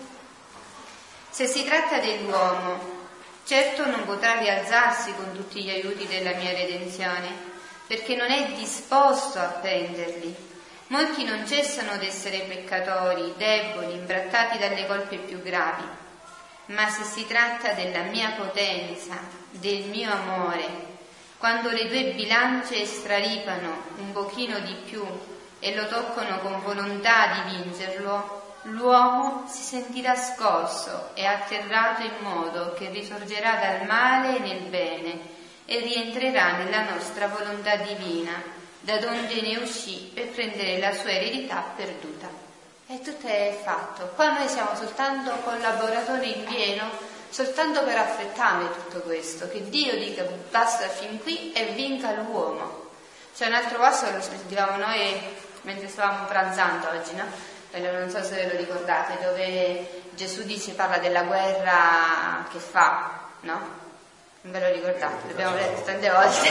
Se si tratta dell'uomo, certo non potrà rialzarsi con tutti gli aiuti della mia redenzione, perché non è disposto a prenderli. Molti non cessano d'essere peccatori, deboli, imbrattati dalle colpe più gravi, ma se si tratta della mia potenza, del mio amore, quando le due bilance straripano un pochino di più e lo toccano con volontà di vincerlo, l'uomo si sentirà scosso e atterrato in modo che risorgerà dal male nel bene e rientrerà nella nostra volontà divina, da donde ne uscì per prendere la sua eredità perduta. E tutto è fatto. Qua noi siamo soltanto collaboratori in pieno, soltanto per affrettare tutto questo, che Dio dica basta fin qui e vinca l'uomo. C'è un altro passo che lo sentivamo noi mentre stavamo pranzando oggi, no? Non so se ve lo ricordate, dove Gesù dice, parla della guerra che fa, no? Non ve lo ricordate, l'abbiamo letto tante volte.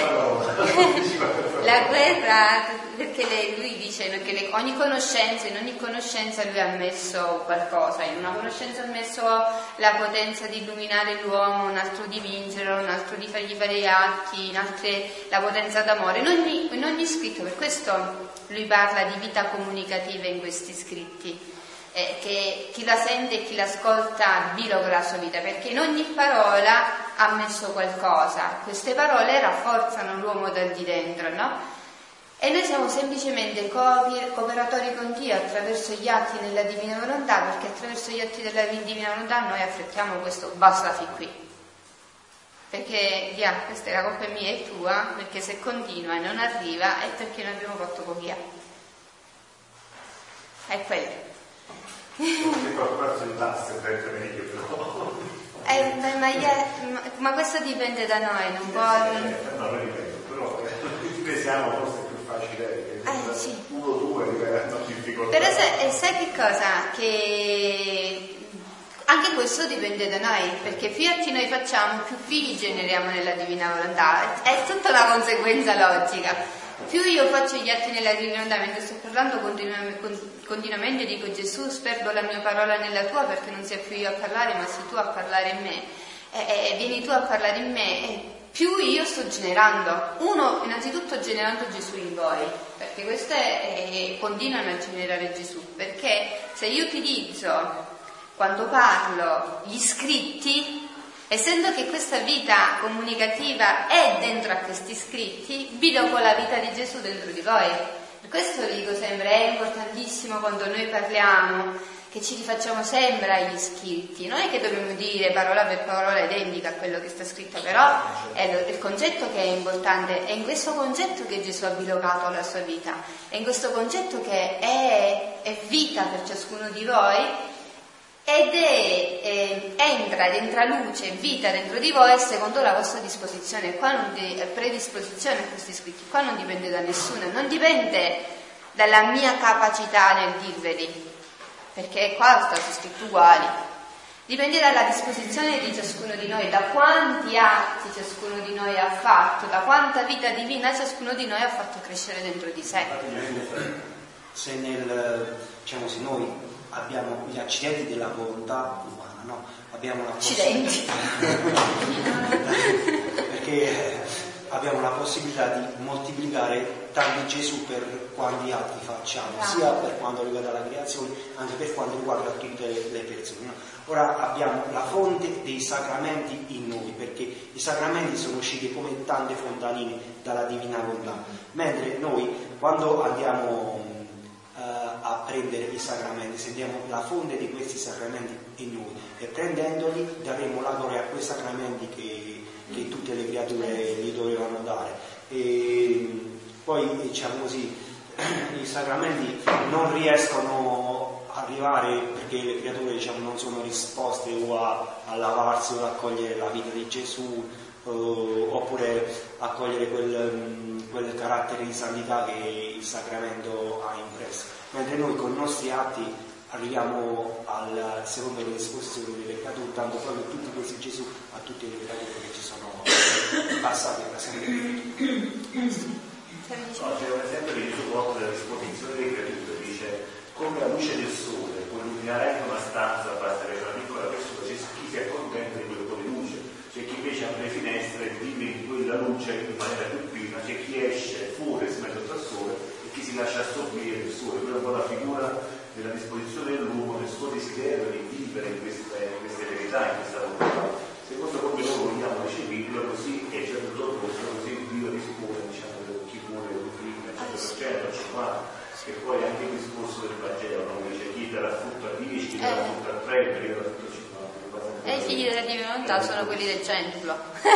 La guerra, perché lui dice che in ogni conoscenza lui ha messo qualcosa, in una conoscenza ha messo la potenza di illuminare l'uomo, un altro di vincerlo, un altro di fargli fare gli atti, in altre la potenza d'amore. In ogni scritto, per questo lui parla di vita comunicativa in questi scritti. Che chi la sente e chi l'ascolta biloga la sua vita, perché in ogni parola ha messo qualcosa. Queste parole rafforzano l'uomo dal di dentro, no? E noi siamo semplicemente cooperatori con Dio attraverso gli atti nella divina volontà, perché attraverso gli atti della divina volontà noi affrettiamo questo basta fin qui, perché questa è la colpa mia e tua, perché se continua e non arriva è perché noi abbiamo fatto pochi atti. È quello. Ma questo dipende da noi, non può. No, ripeto, però siamo forse più facile sì. Uno, due hanno difficoltà. Però sai che cosa? Che anche questo dipende da noi, perché più atti noi facciamo, più figli generiamo nella divina volontà. È tutta una conseguenza logica. Più io faccio gli atti nella divina volontà, mentre sto parlando continuamente dico Gesù, sperdo la mia parola nella tua, perché non sia più io a parlare ma sei tu a parlare in me. e vieni tu a parlare in me, più io sto generando. Uno, innanzitutto generando Gesù in voi, perché queste continuano a generare Gesù, perché se io utilizzo quando parlo gli scritti, essendo che questa vita comunicativa è dentro a questi scritti, biloco la vita di Gesù dentro di voi. Per questo dico sempre, è importantissimo quando noi parliamo che ci rifacciamo sempre agli scritti. Non è che dobbiamo dire parola per parola identica a quello che sta scritto, però è il concetto che è importante, è in questo concetto che Gesù ha bilocato la sua vita, è in questo concetto che è vita per ciascuno di voi, ed entra luce e vita dentro di voi secondo la vostra disposizione. Qua non predisposizione a questi scritti, qua non dipende da nessuno, non dipende dalla mia capacità nel dirveli, perché qua sta scritto uguali, dipende dalla disposizione di ciascuno di noi, da quanti atti ciascuno di noi ha fatto, da quanta vita divina ciascuno di noi ha fatto crescere dentro di sé. Se noi abbiamo gli accidenti della volontà umana, no? Abbiamo la possibilità perché abbiamo la possibilità di moltiplicare tanti Gesù per quanti atti facciamo, sia per quanto riguarda la creazione, anche per quanto riguarda tutte le persone. No? Ora abbiamo la fonte dei sacramenti in noi, perché i sacramenti sono usciti come tante fontanine dalla divina volontà, mentre noi quando andiamo a prendere i sacramenti, sentiamo la fonte di questi sacramenti in noi e prendendoli daremo la gloria a quei sacramenti che tutte le creature gli dovevano dare. E poi diciamo così, i sacramenti non riescono a arrivare perché le creature non sono disposte o a lavarsi o a accogliere la vita di Gesù, oppure a cogliere quel carattere di santità che il sacramento ha impresso, mentre noi con i nostri atti arriviamo secondo le disposizioni delle creature, dando proprio tutti questi Gesù a tutte le creature che ci sono passate per sempre. C'è un esempio che Gesù porta della disposizione delle creature, dice: come la luce del sole può illuminare anche una stanza, basta che una piccola persona, c'è chi si accontenta di quel po' di luce, c'è chi invece apre le finestre e vive in quella luce in maniera più piena, c'è chi esce fuori e si mette sotto al sole e chi si lascia assorbire il sole. Quella è un po' la figura della disposizione dell'uomo, del suo desiderio di vivere in queste verità, in questa volontà. Secondo come noi vogliamo ricevirlo, così è già tutto il posto, così Dio dispone, per chi vuole un figlio, al 100%, 50%, che poi anche il discorso del Vangelo, no? Dice chi darà frutto a 10, chi darà frutto a 30, chi darà frutto a 50. E i figli della divinità sono quelli del centro,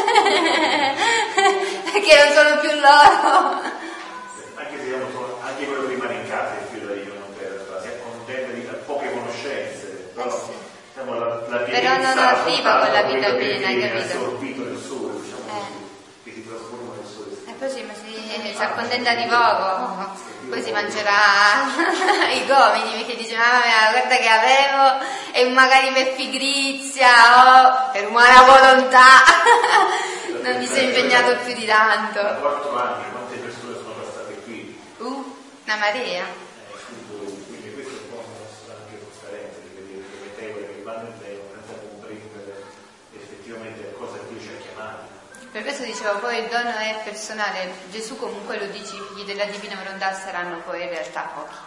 che non sono più loro. Anche quello che rimane in casa è il figlio della divinità, si accontenta di poche conoscenze, però però non arriva con la vita piena, hai capito? Assorbito nel sole, che si trasforma nel sole. E poi si accontenta di poco, poi si mangerà i gomiti, perché dice: mamma mia, guarda che avevo, e magari per pigrizia o per umana volontà non mi sei impegnato più di tanto. Da 4 anni quante persone sono passate qui? Una marea. Quindi questo è un po' una nostra anche sofferenza, di vedere che mettevole che vanno in tempo senza comprendere effettivamente a cosa Dio ci ha chiamati. Per questo dicevo, poi il dono è personale. Gesù comunque lo dice: i figli della divina volontà saranno poi in realtà pochi,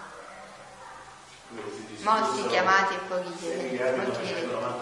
molti chiamati e pochi chiamati.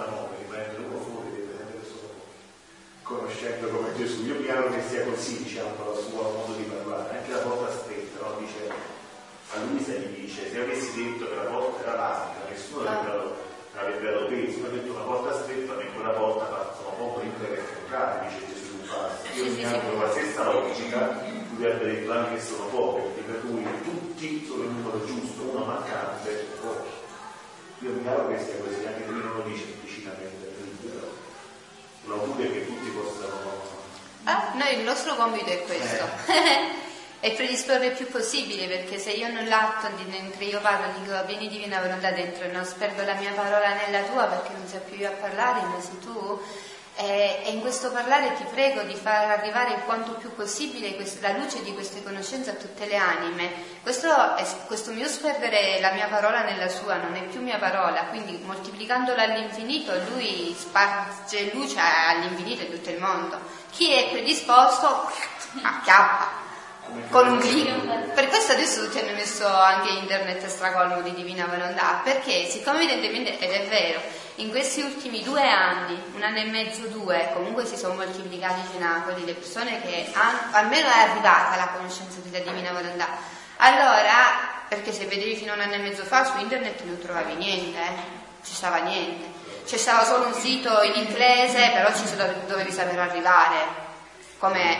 Conoscendo come Gesù, io piano che sia così, diciamo, il suo modo di parlare, anche la porta stretta, no? Dice, a Luisa gli dice: se avessi detto che la porta era larga, nessuno avrebbe dato peso, ma ha detto una porta stretta, ma in quella porta partono poco libere che affoncare, dice Gesù. Io mi auguro la stessa logica, lui avrebbe detto anche che sono poche, per cui tutti sono il numero giusto, uno mancante, pochi. Io mi auguro che sia così, anche lui non lo dice esplicitamente, però l'augurio è che tutti possano. Noi il nostro compito è questo. È predisporre il più possibile, perché se io non l'atto mentre io parlo, dico: vieni divina volontà dentro, non sperdo la mia parola nella tua, perché non sei più io a parlare, ma sei tu. E in questo parlare ti prego di far arrivare il quanto più possibile la luce di queste conoscenze a tutte le anime. Questo mio sperdere la mia parola nella sua non è più mia parola, quindi moltiplicandola all'infinito lui sparge luce all'infinito in tutto il mondo. Chi è predisposto acchiappa con un clic. Per questo adesso tutti hanno messo anche internet stracolmo di Divina Volontà, perché siccome evidentemente, ed è vero, in questi ultimi 2 anni, 1 anno e mezzo, 2, comunque si sono moltiplicati i cenacoli, le persone che almeno è arrivata la conoscenza della Divina Volontà. Allora, perché se vedevi fino a 1 anno e mezzo fa su internet non trovavi niente, ci stava niente, c'è stava solo un sito in inglese, però ci dovevi saper arrivare. Come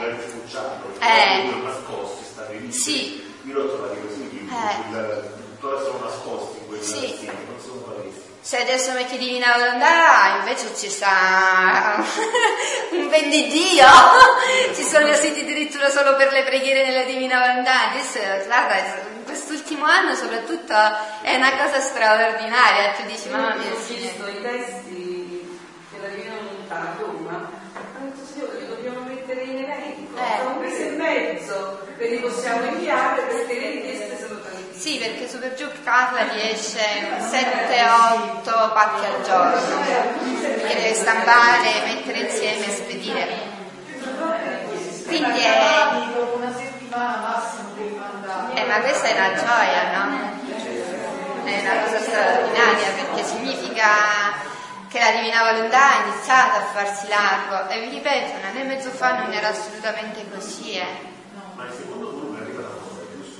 sì, io l'ho trovato così, sono nascosti in quella sì. Non sono palesi. Se adesso metti Divina Volontà invece ci sta un vendidio, ci sono siti addirittura solo per le preghiere nella Divina Volontà. Adesso guarda, in quest'ultimo anno soprattutto è una cosa straordinaria, tu dici mamma mia, ho visto i testi della Divina Volontà a Roma, li dobbiamo mettere in elenco, tra 1 mese e mezzo ve li possiamo inviare perché le richieste sono tantissime. Sì, perché su per giù Carla gli esce 7-8 pacchi al giorno, che deve stampare, mettere insieme e spedire. Quindi una settimana massimo devi mandare. Ma questa è una gioia, no? È una cosa straordinaria, perché significa che la Divina Volontà ha iniziato a farsi largo, e vi ripeto, 1 anno e mezzo fa non era assolutamente così. Ma il secondo volume arriva da cosa giusto?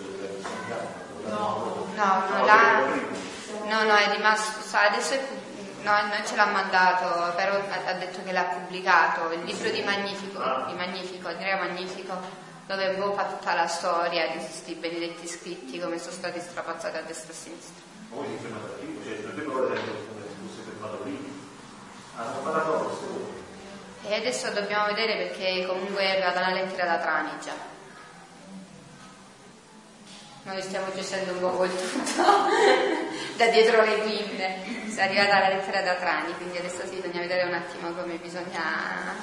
No, è rimasto, adesso non ce l'ha mandato, però ha detto che l'ha pubblicato, il libro di Magnifico, Andrea Magnifico, dove fa tutta la storia di questi benedetti scritti, come sono stati strapazzati a destra e a sinistra. Poi si è fermato prima, cioè non devo vedere come si è fermato prima. Hanno parlato e adesso dobbiamo vedere, perché comunque è arrivata una lettera da Trani già. Noi stiamo gestendo un po' col tutto da dietro le quinte. È arrivata la lettera da Trani, quindi adesso sì, bisogna vedere un attimo come bisogna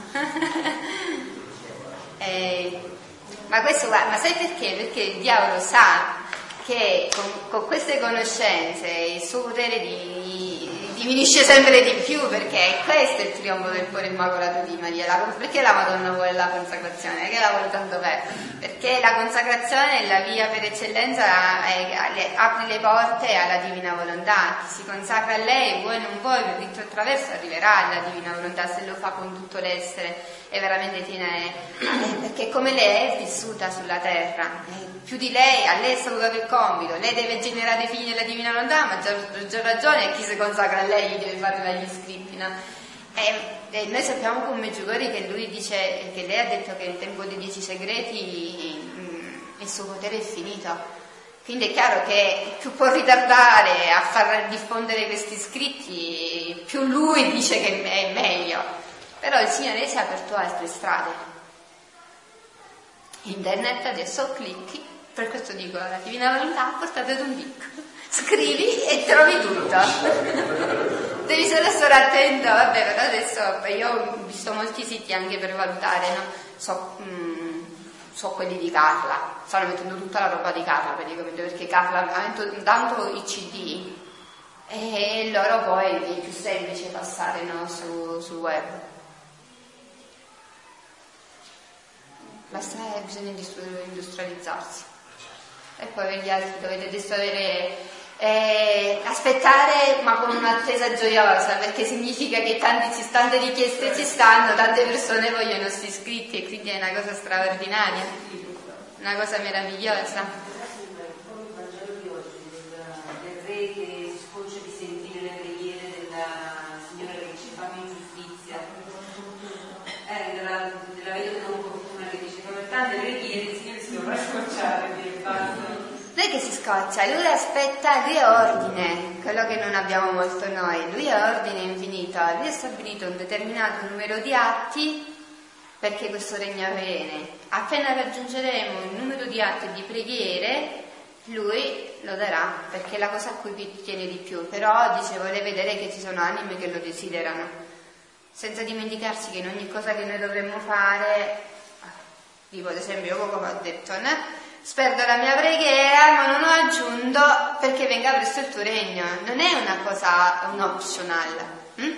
ma questo, ma sai perché? Perché il diavolo sa che con queste conoscenze il suo potere diminuisce sempre di più, perché questo è il trionfo del cuore immacolato di Maria. Perché la Madonna vuole la consacrazione? Perché la vuole tanto bene? Perché la consacrazione è la via per eccellenza, apre le porte alla Divina Volontà. Chi si consacra a lei, vuoi non vuoi, per dritto e attraverso arriverà alla Divina Volontà, se lo fa con tutto l'essere e veramente tiene, perché come lei è vissuta sulla terra, più di lei, a lei è stato dato il compito, lei deve generare figli nella Divina Volontà, ma già ragione chi si consacra a lei deve fare gli scritti, no? E noi sappiamo con Meggiugori che lui dice che lei ha detto che nel tempo dei 10 segreti il suo potere è finito, quindi è chiaro che più può ritardare a far diffondere questi scritti, più lui dice che è meglio. Però il Signore si è aperto altre strade. Internet adesso clicchi, per questo dico, la Divina Volontà, portate ad un clic, scrivi e trovi tutto. Devi solo stare attento, vabbè, però adesso io ho visto molti siti anche per valutare, no? So quelli di Carla, stanno mettendo tutta la roba di Carla praticamente, perché Carla ha tanto i CD e loro poi è più semplice passare, no, sul web. Basta, bisogna industrializzarsi. E poi per gli altri dovete adesso aspettare, ma con un'attesa gioiosa, perché significa che tante richieste ci stanno, tante persone vogliono questi iscritti, e quindi è una cosa straordinaria, una cosa meravigliosa. Come il Vangelo di oggi del re che scoccia di sentire le preghiere della signora che ci fa ingiustizia, della vedova non fortuna che dice come tante preghiere il Signore si dovrà scocciare e basta. Non è che si scoccia, lui aspetta, lui è ordine, quello che non abbiamo molto noi, lui è ordine infinito, lui ha stabilito un determinato numero di atti perché questo regno avviene. Appena raggiungeremo un numero di atti e di preghiere, lui lo darà, perché è la cosa a cui tiene di più, però dice vuole vedere che ci sono anime che lo desiderano. senza dimenticarsi che in ogni cosa che noi dovremmo fare, tipo ad esempio io come ho detto, sperdo la mia preghiera ma non ho aggiunto perché venga presto il tuo regno. Non è una cosa, un optional,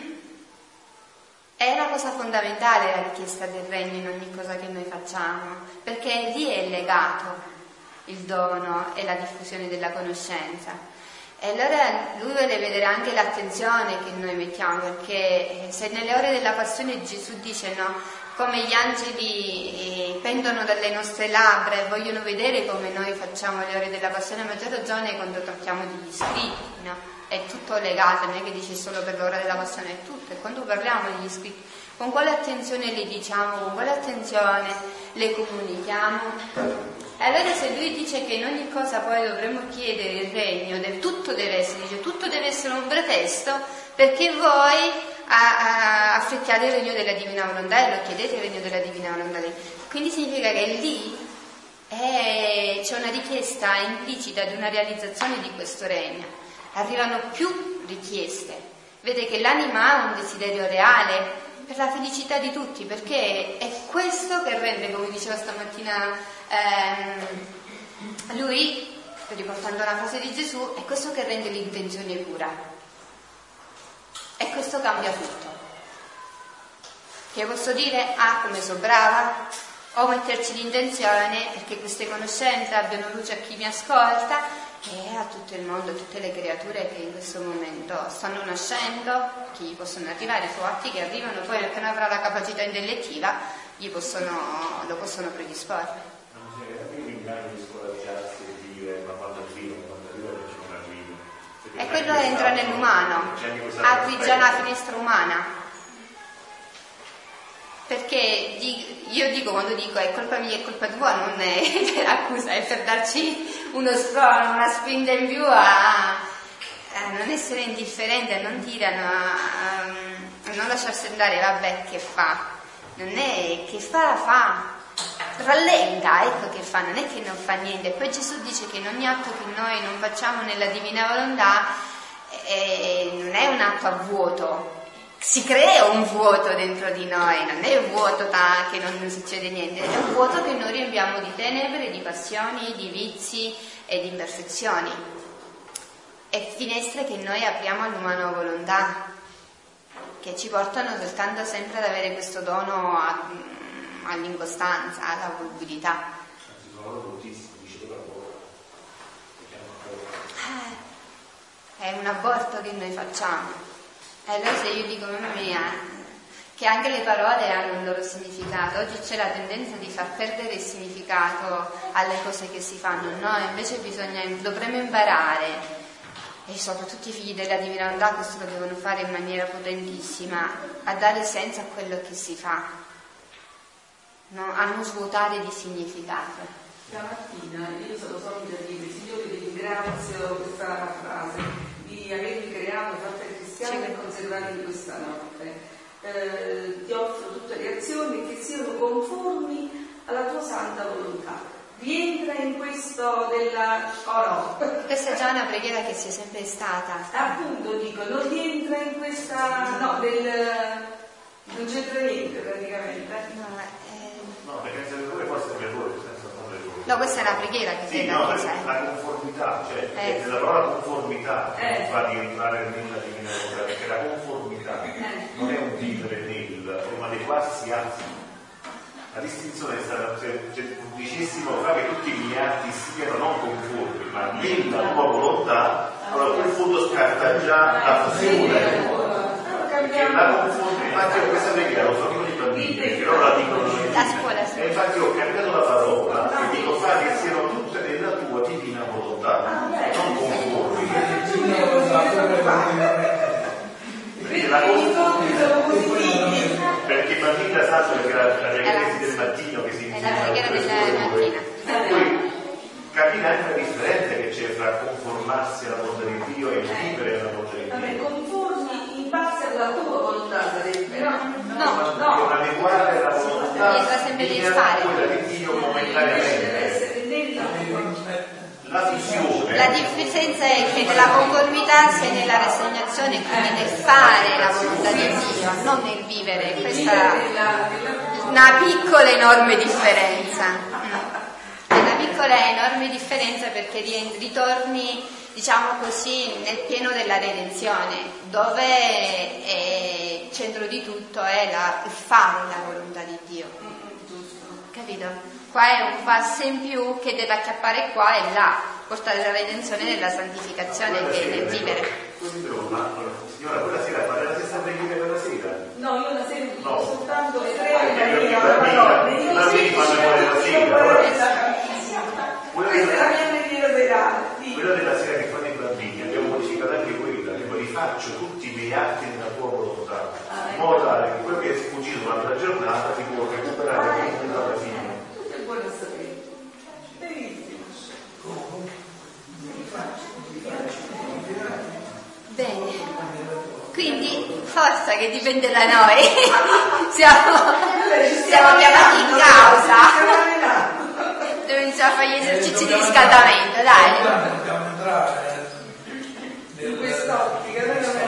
è una cosa fondamentale la richiesta del regno in ogni cosa che noi facciamo, perché lì è legato il dono e la diffusione della conoscenza. E allora lui vuole vedere anche l'attenzione che noi mettiamo, perché se nelle ore della passione Gesù dice come gli angeli pendono dalle nostre labbra e vogliono vedere come noi facciamo le ore della passione, a maggior ragione quando tocchiamo degli scritti, è tutto legato, non è che dice solo per l'ora della passione, è tutto. E quando parliamo degli scritti, con quale attenzione le diciamo, con quale attenzione le comunichiamo? E allora se lui dice che in ogni cosa poi dovremmo chiedere il regno, tutto deve essere un pretesto perché voi affrettiate il regno della divina volontà e lo chiedete il regno della divina volontà. Quindi significa che lì c'è una richiesta implicita di una realizzazione di questo regno. Arrivano più richieste. Vede che l'anima ha un desiderio reale per la felicità di tutti, perché è questo che rende, come diceva stamattina lui, riportando la frase di Gesù, è questo che rende l'intenzione pura, e questo cambia tutto. Che posso dire, come sono brava, o metterci l'intenzione perché queste conoscenze abbiano luce a chi mi ascolta e a tutto il mondo, a tutte le creature che in questo momento stanno nascendo, che gli possono arrivare su atti che arrivano, poi appena avrà la capacità intellettiva lo possono predisporre. Non c'è neanche l'inganno di scoraggiarsi e dire ma quando arrivo perché non arrivo. E quello entra nell'umano, apri già la finestra umana. Perché io dico, quando dico è colpa mia, è colpa tua, non è per accusa, è per darci uno sprono, una spinta in più a non essere indifferenti, a non dire, a non lasciarsi andare, vabbè, che fa? Non è che fa, rallenta, ecco che fa, non è che non fa niente. Poi Gesù dice che in ogni atto che noi non facciamo nella divina volontà non è un atto a vuoto. Si crea un vuoto dentro di noi, non è un vuoto che non succede niente, è un vuoto che noi riempiamo di tenebre, di passioni, di vizi e di imperfezioni, e finestre che noi apriamo all'umana volontà, che ci portano soltanto sempre ad avere questo dono all'incostanza, alla volubilità. È un aborto che noi facciamo. E allora se io dico, mamma mia, che anche le parole hanno un loro significato, oggi c'è la tendenza di far perdere il significato alle cose che si fanno, no? Invece dovremmo imparare, e soprattutto i figli della divina volontà questo lo devono fare in maniera potentissima, a dare senso a quello che si fa, no? A non svuotare di significato. Stamattina io sono solita dire, Signore ti ringrazio, questa frase, di avermi creato, fatto e conservati in questa notte. Ti offro tutte le azioni che siano conformi alla tua santa volontà. Rientra in questo della Questa è già una preghiera che sia sempre stata. Appunto dico, non rientra in questa non c'entra niente praticamente. No, perché se le forse è errore, no, questa è una preghiera che sì, no, la conformità, cioè la parola conformità fa rientrare nella divina volontà, perché la conformità non è un vivere nel, è un adeguarsi a. La distinzione è stata, se dicessimo fa che tutti i miei atti siano non conformi, ma nella tua volontà, allora quel fondo scarta già la fusione. Perché la conformità, questa preghiera lo so come i bambini, perché loro la dicono e infatti ho cambiato la parola e dico fa che siano tutte nella tua divina volontà, non conformi. Perché la perché mattina sanno che la preghiera del mattino che si insegna poi capire anche la differenza che c'è fra conformarsi alla volontà di Dio e vivere la volontà di Dio. Vabbè, conformi in base alla tua volontà sarebbe, no. Adeguare la volontà di fare quella di Dio momentaneamente. La visione La differenza è che nella conformità sei nella rassegnazione, quindi nel fare la volontà di Dio, non nel vivere. Questa è una piccola enorme differenza. Una piccola enorme differenza, perché ritorni, diciamo così, nel pieno della redenzione, dove il centro di tutto è il fare la volontà di Dio. Capito? Qua è un passo in più che deve acchiappare qua e là, portare la redenzione nella santificazione che è nel vivere. Signora, quella sera fare la stessa preghiera per la sera? No, io la sera no. soltanto le tre questa è la mia preghiera serale. Quella della sera che fanno i bambini, abbiamo modificato anche quella, io rifaccio tutti i miei atti nella tua volontà, in modo tale che quello che è sfuggito durante la giornata ti può recuperare alla fine. Tutto è buono a sapere. Benissimo. Bene, quindi forza che dipende da noi. siamo chiamati in causa. Dove iniziamo a fare gli esercizi di riscaldamento, dai. Dobbiamo entrare in quest'ottica,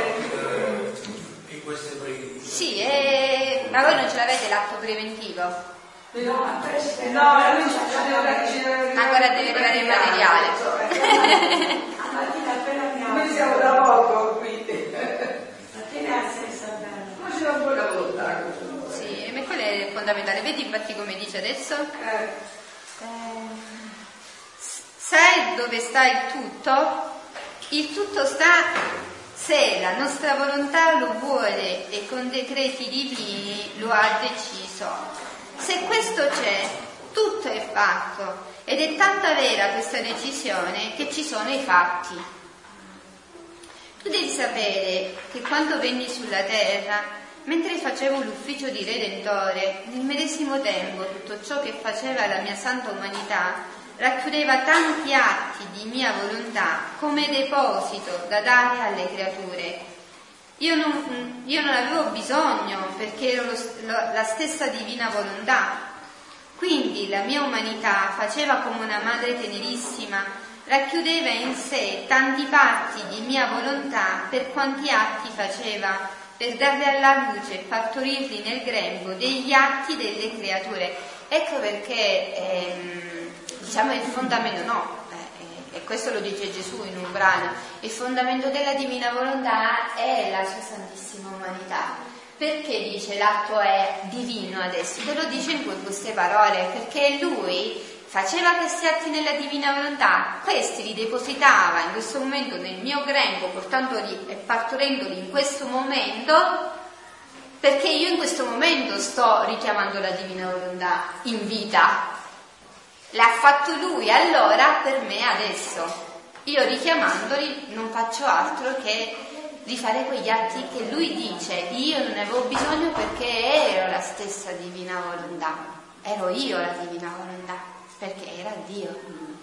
in queste preghiere. Sì, ma voi non ce l'avete l'atto preventivo? No, ancora deve arrivare il materiale. Noi siamo da poco qui. Ma c'è una buona volontà. Sì, ma quello è fondamentale. Vedi infatti come dice adesso? Sai dove sta il tutto? Il tutto sta se la nostra volontà lo vuole e con decreti divini lo ha deciso. Se questo c'è, tutto è fatto, ed è tanta vera questa decisione che ci sono i fatti. Tu devi sapere che quando venni sulla terra, mentre facevo l'ufficio di Redentore, nel medesimo tempo tutto ciò che faceva la mia santa umanità racchiudeva tanti atti di mia volontà come deposito da dare alle creature. Io non avevo bisogno, perché ero la stessa divina volontà. Quindi la mia umanità faceva come una madre tenerissima, racchiudeva in sé tanti parti di mia volontà per quanti atti faceva, per darli alla luce e partorirli nel grembo degli atti delle creature. Ecco perché diciamo il fondamento, e questo lo dice Gesù in un brano, il fondamento della divina volontà è la sua santissima umanità. Perché dice l'atto è divino adesso? Te lo dice in queste parole, perché lui faceva questi atti nella divina volontà, questi li depositava in questo momento nel mio grembo, portandoli e partorendoli in questo momento, perché io in questo momento sto richiamando la divina volontà in vita. L'ha fatto lui allora per me adesso. Io richiamandoli non faccio altro che di fare quegli atti che lui dice. Io non ne avevo bisogno perché ero la stessa divina volontà. Ero io la divina volontà, perché era Dio.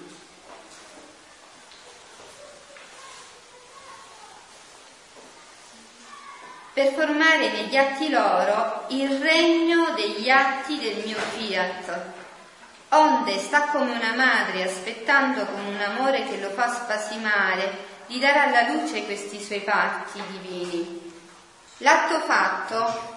Per formare negli atti loro il regno degli atti del mio fiat. Onde sta come una madre aspettando con un amore che lo fa spasimare di dare alla luce questi suoi parti divini. L'atto fatto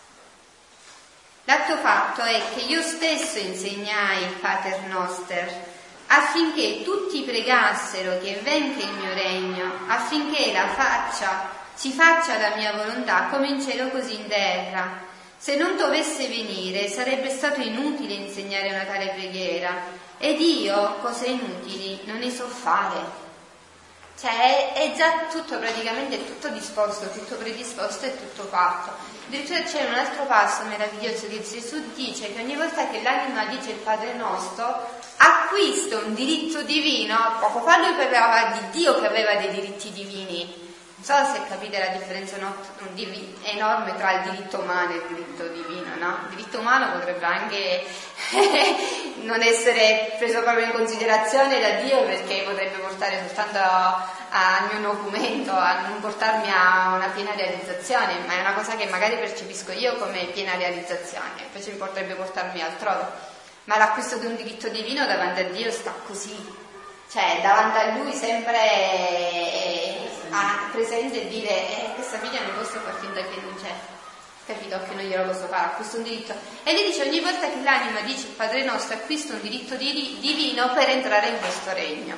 è che io stesso insegnai il Pater Noster affinché tutti pregassero che venga il mio regno, affinché si faccia la mia volontà come in cielo così in terra. Se non dovesse venire sarebbe stato inutile insegnare una tale preghiera, ed io cose inutili non ne so fare. Cioè è già tutto, praticamente tutto disposto, tutto predisposto e tutto fatto. Addirittura c'è un altro passo meraviglioso che Gesù dice che ogni volta che l'anima dice il Padre Nostro acquista un diritto divino. Poco fa lui parlava di Dio che aveva dei diritti divini. Non so se capite la differenza enorme tra il diritto umano e il diritto divino, no? Il diritto umano potrebbe anche non essere preso proprio in considerazione da Dio, perché potrebbe portare soltanto al mio documento, a non portarmi a una piena realizzazione, ma è una cosa che magari percepisco io come piena realizzazione, invece potrebbe portarmi altrove. Ma l'acquisto di un diritto divino davanti a Dio sta così, cioè davanti a lui sempre presente e dire questa figlia non posso far finta che non c'è, capito, che non glielo posso fare, acquisto un diritto. E lui dice ogni volta che l'anima dice il Padre nostro acquista un diritto divino per entrare in questo regno.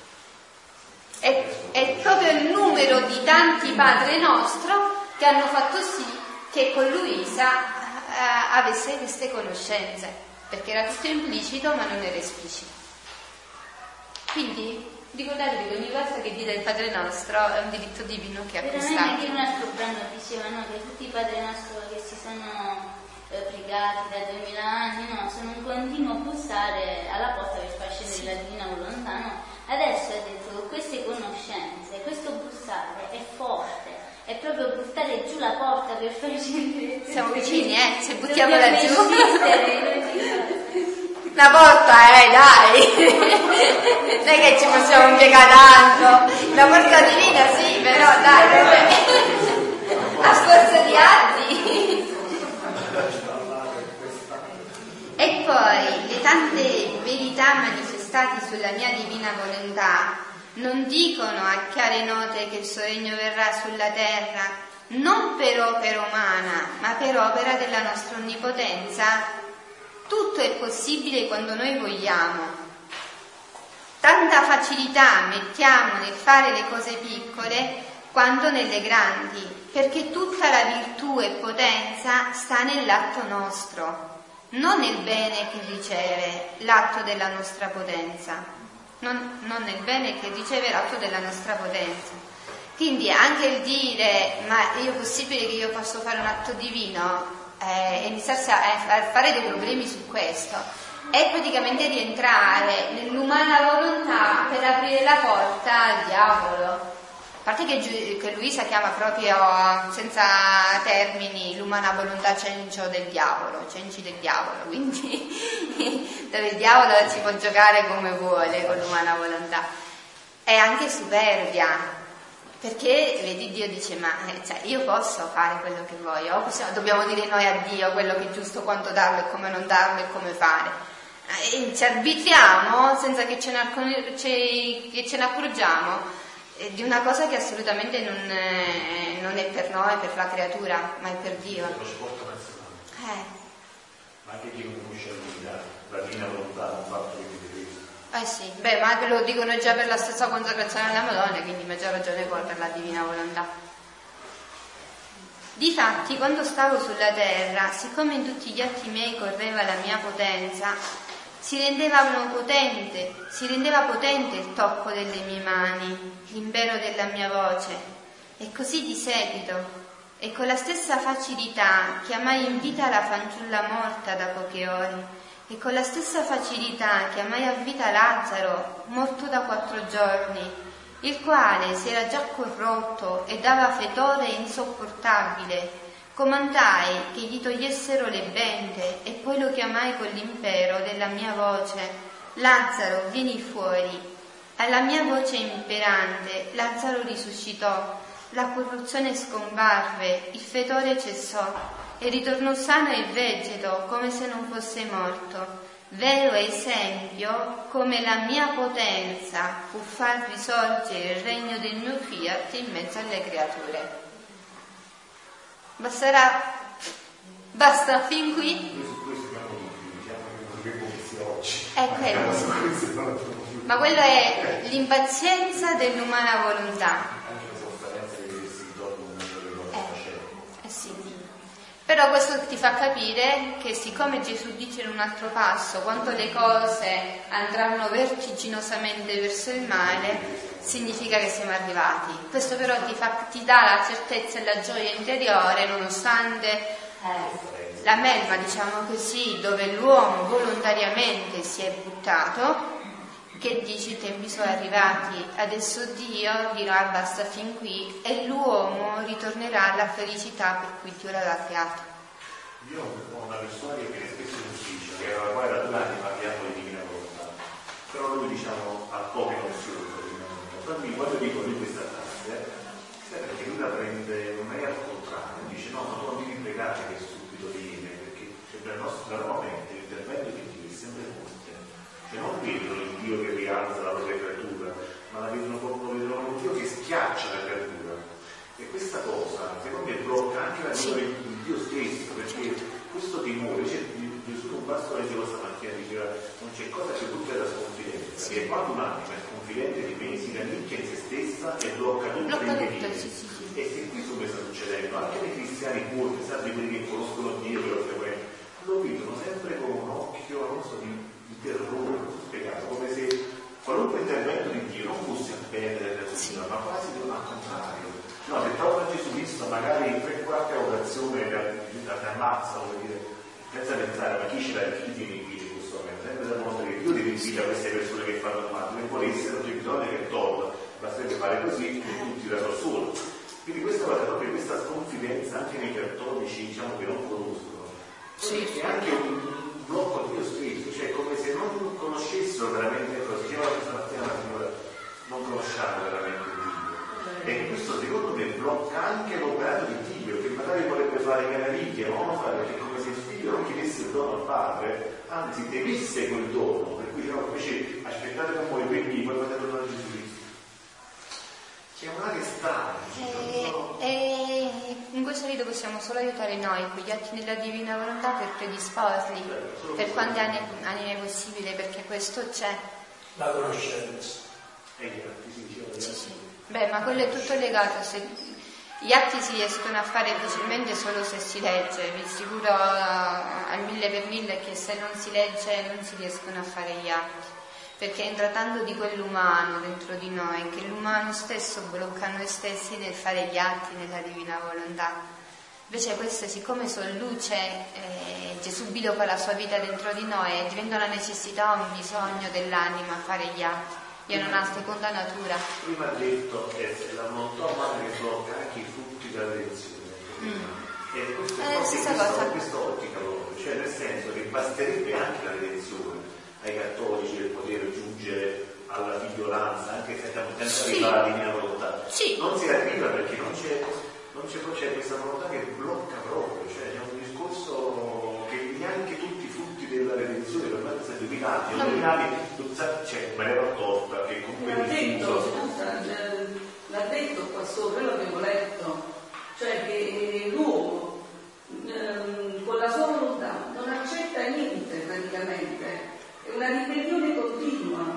È proprio il numero di tanti Padre nostro che hanno fatto sì che con Luisa avesse queste conoscenze, perché era tutto implicito ma non era esplicito. Quindi ricordatevi che ogni volta che dite il Padre nostro è un diritto divino che acquistate. Veramente in un altro brano dicevano che tutti i Padre nostro che si sono pregati da 2000 anni, no, sono un continuo bussare alla porta per far scendere la divina volontà, no? Adesso ha detto che queste conoscenze, questo bussare è forte, è proprio buttare giù la porta per far scendere. Siamo vicini, se buttiamola giù. La porta, dai! Non è che ci possiamo impiegare tanto. La porta divina sì, però dai, a sforzo di atti. E poi le tante verità manifestate sulla mia divina volontà non dicono a chiare note che il suo regno verrà sulla terra non per opera umana, ma per opera della nostra onnipotenza. Tutto è possibile quando noi vogliamo. Tanta facilità mettiamo nel fare le cose piccole quanto nelle grandi, perché tutta la virtù e potenza sta nell'atto nostro, non nel bene che riceve l'atto della nostra potenza, non nel bene che riceve l'atto della nostra potenza. Quindi anche il dire ma è possibile che io posso fare un atto divino e iniziarsi a fare dei problemi su questo è praticamente rientrare nell'umana volontà per aprire la porta al diavolo. A parte che Luisa chiama proprio senza termini l'umana volontà cencio del diavolo, cenci del diavolo, quindi dove il diavolo si può giocare come vuole con l'umana volontà. È anche superbia. Perché vedi Dio dice io posso fare quello che voglio, dobbiamo dire noi a Dio quello che è giusto, quanto darlo e come non darlo e come fare. E ci arbitriamo senza che ce ne accorgiamo di una cosa che assolutamente non è per noi, per la creatura, ma è per Dio. Ma anche chi non conosce la divina volontà non fa quello che deve. Sì, ma lo dicono già per la stessa consacrazione alla Madonna, quindi maggior ragione per la divina volontà. Difatti, quando stavo sulla terra, siccome in tutti gli atti miei correva la mia potenza, si rendeva potente il tocco delle mie mani, l'impero della mia voce, e così di seguito, e con la stessa facilità chiamai in vita la fanciulla morta da poche ore, e con la stessa facilità chiamai a vita Lazzaro, morto da 4 giorni, il quale si era già corrotto e dava fetore insopportabile. Comandai che gli togliessero le bende e poi lo chiamai con l'impero della mia voce: Lazzaro, vieni fuori. Alla mia voce imperante Lazzaro risuscitò, la corruzione scomparve, il fetore cessò e ritornò sano e vegeto come se non fosse morto. Vero esempio come la mia potenza può far risorgere il regno del mio fiat in mezzo alle creature. Basta fin qui? È quello. Ma quello è l'impazienza dell'umana volontà. Sì. Però questo ti fa capire che siccome Gesù dice in un altro passo quanto le cose andranno vertiginosamente verso il male, significa che siamo arrivati. Questo però ti dà la certezza e la gioia interiore nonostante la melma, diciamo così, dove l'uomo volontariamente si è buttato, che dice i tempi sono arrivati, adesso Dio dirà basta fin qui e l'uomo ritornerà alla felicità per cui Dio l'aveva creato. Io ho una persona che viene spesso in ufficio, che era poi da 2 anni parliamo di divina volontà, però lui diciamo ha poche nozioni di divina volontà. Quindi quando dico lui questa frase, perché lui la prende non è al contrario, dice no, ma tu non devi pregare che subito viene, perché nella nostra mente l'intervento di Dio è sempre forte. Cioè non vedo il Dio che rialza la propria creatura giustamente questa mattina diceva, non c'è cosa più brutta della sconfidenza, che quando un'anima è confidente di me si rannicchia in se stessa e blocca tutto l'invenire. E se questo mi sta succedendo, anche nei cristiani puri, pensate quelli che conoscono Dio, che lo frequentano, lo vedono sempre con un occhio, non so, di terrore, spiegato, come se qualunque intervento di Dio non fosse a bene della persona, ma quasi al contrario. No, se trova Gesù Cristo magari in 3/4 orazione ti ammazza, vuol dire, senza pensare, ma chi ce l'ha, chi ti invita in questo momento? Sempre da modo che Dio ti invita a queste persone che fanno male, se volessero tu bisogna che tolga, basterebbe fare così e tutti da solo. Quindi questa cosa, proprio questa sconfidenza anche nei cattolici, diciamo, che non conoscono, è anche un blocco di Dio stesso, cioè come se non conoscessero veramente, lo diceva questa mattina la signora, non conosciamo veramente Dio. E questo secondo me blocca anche l'operato di Dio, che magari vorrebbe fare meraviglie, ma non lo fa perché è come se il figlio non chiedesse il dono al padre, anzi temesse quel dono, per cui no, invece aspettate con voi, quindi poi fate tornare a Gesù Cristo. C'è un'area strana. In questo rito possiamo solo aiutare noi, con gli atti della divina volontà, per predisporli, per quante anime possibile, perché questo c'è. La conoscenza. Sì. Beh, ma quello è tutto legato. Gli atti si riescono a fare facilmente solo se si legge, vi assicuro al 1000 che se non si legge non si riescono a fare gli atti. Perché entra tanto di quell'umano dentro di noi, che l'umano stesso blocca noi stessi nel fare gli atti nella divina volontà. Invece queste, siccome sono luce, Gesù biloca la sua vita dentro di noi, diventa una necessità, un bisogno dell'anima a fare gli atti. Io non ha seconda natura. Prima ha detto che è la volontà umana che blocca anche i frutti della redenzione. E questo è questa ottica proprio, cioè nel senso che basterebbe anche la redenzione ai cattolici per poter giungere alla figliolanza, anche senza arrivare alla divina volontà. Non si arriva perché non c'è questa volontà che blocca proprio, cioè è un discorso che neanche tutti i frutti della redenzione per me sono illuminati, c'è Maria Torta che comunque l'ha detto qua sopra, lo avevo letto, cioè che l'uomo con la sua volontà non accetta niente praticamente. È una ribellione continua.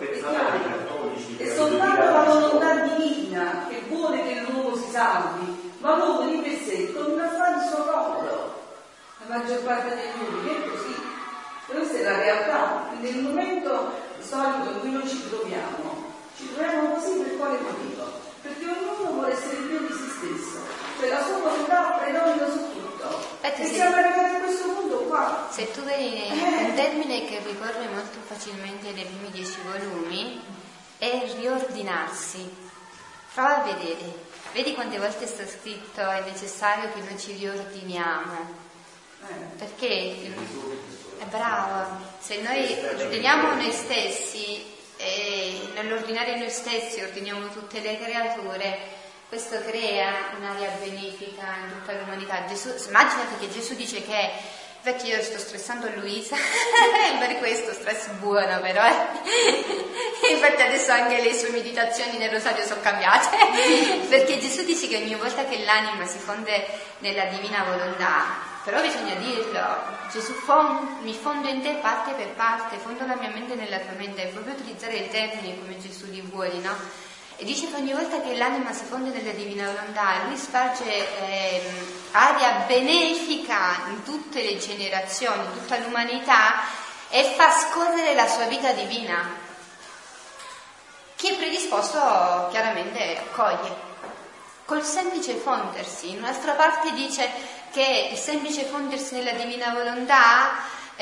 È soltanto la volontà divina che vuole che l'uomo si salvi, ma l'uomo di per sé continua a fare il suo comodo. La maggior parte degli uomini è così. Questa è la realtà. Nel momento storico in cui noi ci troviamo così per quale motivo? Perché ognuno vuole essere il Dio di se stesso, cioè la sua volontà predomina su tutto. E siamo arrivati a questo punto qua. Se tu vedi un termine che ricorre molto facilmente nei primi 10 volumi è riordinarsi. Prova a vedere, vedi quante volte sta scritto è necessario che noi ci riordiniamo. Perché è bravo, se noi ordiniamo noi stessi e nell'ordinare noi stessi ordiniamo tutte le creature, questo crea un'area benefica in tutta l'umanità. Immaginate che Gesù dice che, infatti io sto stressando Luisa per questo stress buono però infatti adesso anche le sue meditazioni nel rosario sono cambiate perché Gesù dice che ogni volta che l'anima si fonde nella divina volontà, però bisogna dirlo, Gesù mi fondo in te parte per parte, fondo la mia mente nella tua mente, è proprio utilizzare il termine come Gesù li vuole, no? E dice che ogni volta che l'anima si fonde nella divina volontà, lui sparge aria benefica in tutte le generazioni, in tutta l'umanità e fa scorrere la sua vita divina. Chi è predisposto chiaramente accoglie. Col semplice fondersi, in un'altra parte dice che il semplice fondersi nella divina volontà,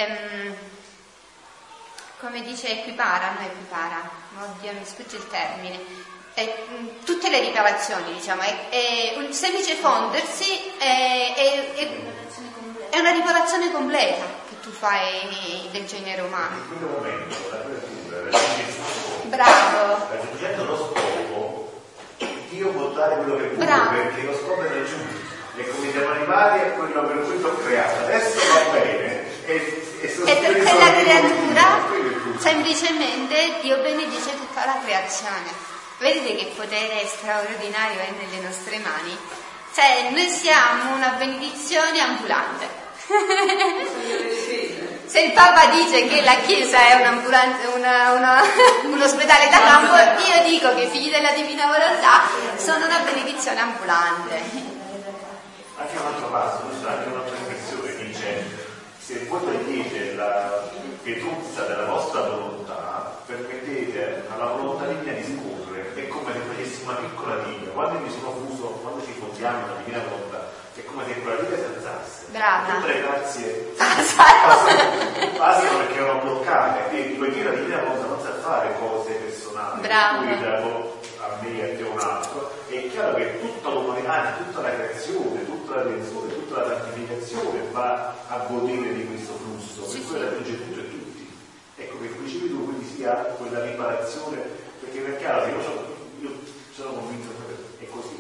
come dice, equipara, oddio mi sfugge il termine, tutte le riparazioni, diciamo, è un semplice fondersi è una riparazione completa che tu fai del genere umano. In quel momento la creatura bravo, raggiungendo lo scopo, Dio può dare quello che vuole perché lo scopo è raggiunto e come siamo arrivati a quello per cui l'ho creato, adesso va bene e perché la creatura semplicemente Dio benedice tutta la creazione. Vedete che potere straordinario è nelle nostre mani? Cioè, noi siamo una benedizione ambulante. Se il Papa dice che la Chiesa è un ospedale da campo, io dico che i figli della Divina Volontà sono una benedizione ambulante. Anche un altro passo, anche un'altra espressione dice: se voi prendete la pietuzza della vostra volontà, permettete alla volontà divina di scorrere, è come se facessimo una piccola diga. Quando mi sono fuso, quando ci fondiamo la divina volontà, è come se quella diga si alzasse. Brava. Tutte le grazie passano perché erano bloccate, e poiché la divina volontà non sa fare cose personali, a me e a te un altro, è chiaro che tutta l'umanità, tutta la creazione, tutta la redenzione, tutta la santificazione va a godere di questo flusso, per cui raggiunge tutto e tutti. Ecco, che qui tu quindi sia quella riparazione, perché è chiaro che io sono convinto che è così,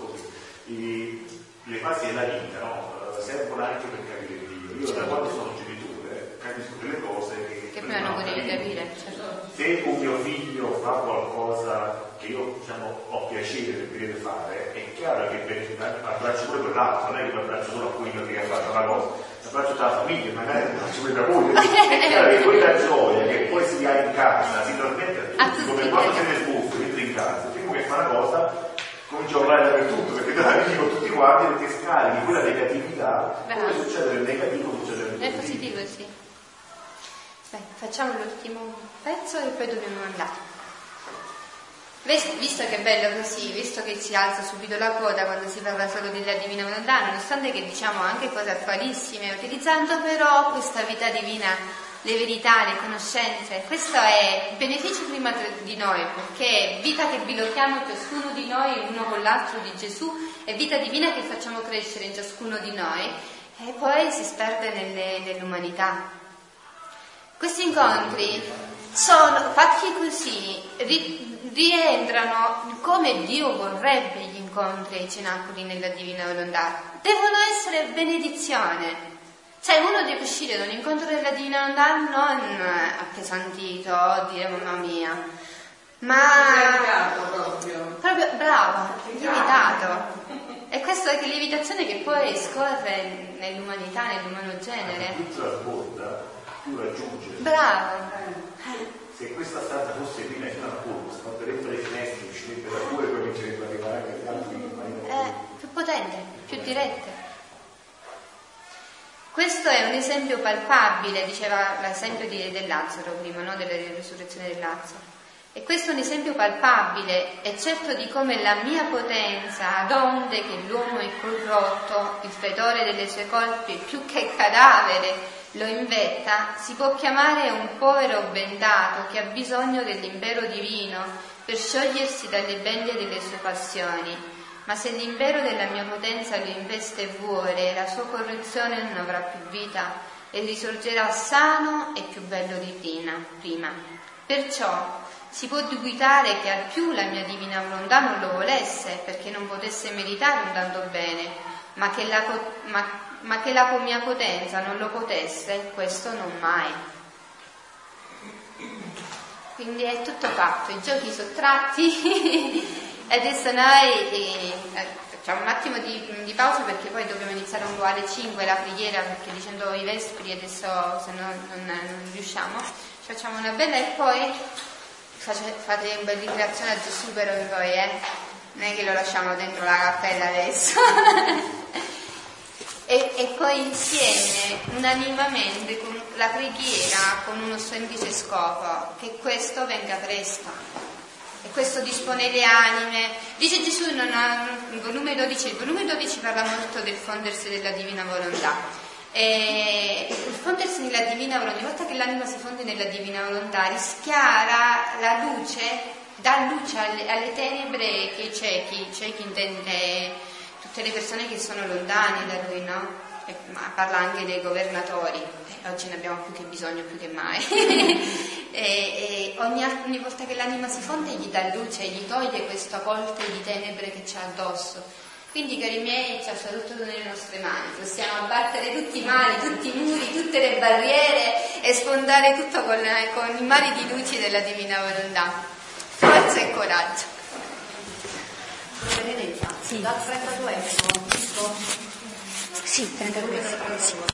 le fasi della vita, no? Servono anche per capire Dio. Io da quando sono genitore capisco delle cose che prima non volevi capire. Se un mio figlio fa qualcosa che io ho piacere per vedere fare, è chiaro che abbraccio pure quell'altro, non è che abbraccio solo quello che ha fatto una cosa, abbraccio tutta la famiglia, magari abbraccio pure da voi. È chiaro che quella gioia che poi si ha in casa si trasmette a tutti, come quando siete sbuffi, entri in casa, prima che fa una cosa comincio a urlare dappertutto, perché te la vivi con tutti quanti, perché scarichi quella negatività. Come succede nel negativo, succede nel positivo. Nel positivo, sì. Beh, facciamo l'ultimo pezzo e poi dobbiamo andare. Visto che è bello così, visto che si alza subito la coda quando si parla solo della Divina Volontà, nonostante che diciamo anche cose attualissime, utilizzando però questa vita divina, le verità, le conoscenze, questo è beneficio prima di noi, perché è vita che bilocchiamo ciascuno di noi l'uno con l'altro di Gesù, è vita divina che facciamo crescere in ciascuno di noi e poi si sperde nell'umanità. Questi incontri sono fatti così, rientrano come Dio vorrebbe gli incontri ai cenacoli nella Divina Volontà, devono essere benedizione. Cioè uno deve uscire da un incontro della Divina Volontà non appesantito, dire mamma mia, ma proprio bravo, lievitato. E questa è che lievitazione che poi scorre nell'umanità, nell'umano genere. Più trasborda, più raggiunge. Bravo. Se questa stanza fosse piena di una curva, scorderebbero le finestre, uscirebbe da pure e poi comincerebbe a arrivare anche gli altri. Più potente, più dirette. Questo è un esempio palpabile, diceva l'esempio del Lazzaro prima, no? Della risurrezione del Lazzaro. E questo è un esempio palpabile e certo di come la mia potenza, ad onde che l'uomo è corrotto, il fetore delle sue colpe più che cadavere lo invetta, si può chiamare un povero bendato che ha bisogno dell'impero divino per sciogliersi dalle bende delle sue passioni. Ma se l'impero della mia potenza lo investe e vuole, la sua correzione non avrà più vita e risorgerà sano e più bello di prima. Perciò si può dubitare che al più la mia divina volontà non lo volesse, perché non potesse meritare un tanto bene, ma che la mia potenza non lo potesse, questo non mai. Quindi è tutto fatto, i giochi sottratti. Adesso noi facciamo un attimo di pausa perché poi dobbiamo iniziare un po' alle 5 la preghiera, perché dicendo i vespri adesso se no non riusciamo. Facciamo una bella e poi fate un bel ringrazione a Gesù però poi, non è che lo lasciamo dentro la cappella adesso. e poi insieme, unanimemente, con la preghiera, con uno semplice scopo, che questo venga presto. E questo dispone le anime. Dice Gesù il volume 12 parla molto del fondersi della divina volontà. E il fondersi nella divina volontà, ogni volta che l'anima si fonde nella divina volontà, rischiara la luce, dà luce alle tenebre che i ciechi intende tutte le persone che sono lontane da lui, no? Ma parla anche dei governatori, oggi ne abbiamo più che bisogno, più che mai. e ogni volta che l'anima si fonde gli dà luce, gli toglie questa coltre di tenebre che c'è addosso. Quindi cari miei, c'è tutto nelle nostre mani, possiamo abbattere tutti i mali, tutti i muri, tutte le barriere e sfondare tutto con i mari di luci della divina volontà. Forza e coraggio. Benedetta, sì. Da 32 Sì, 32. Sì.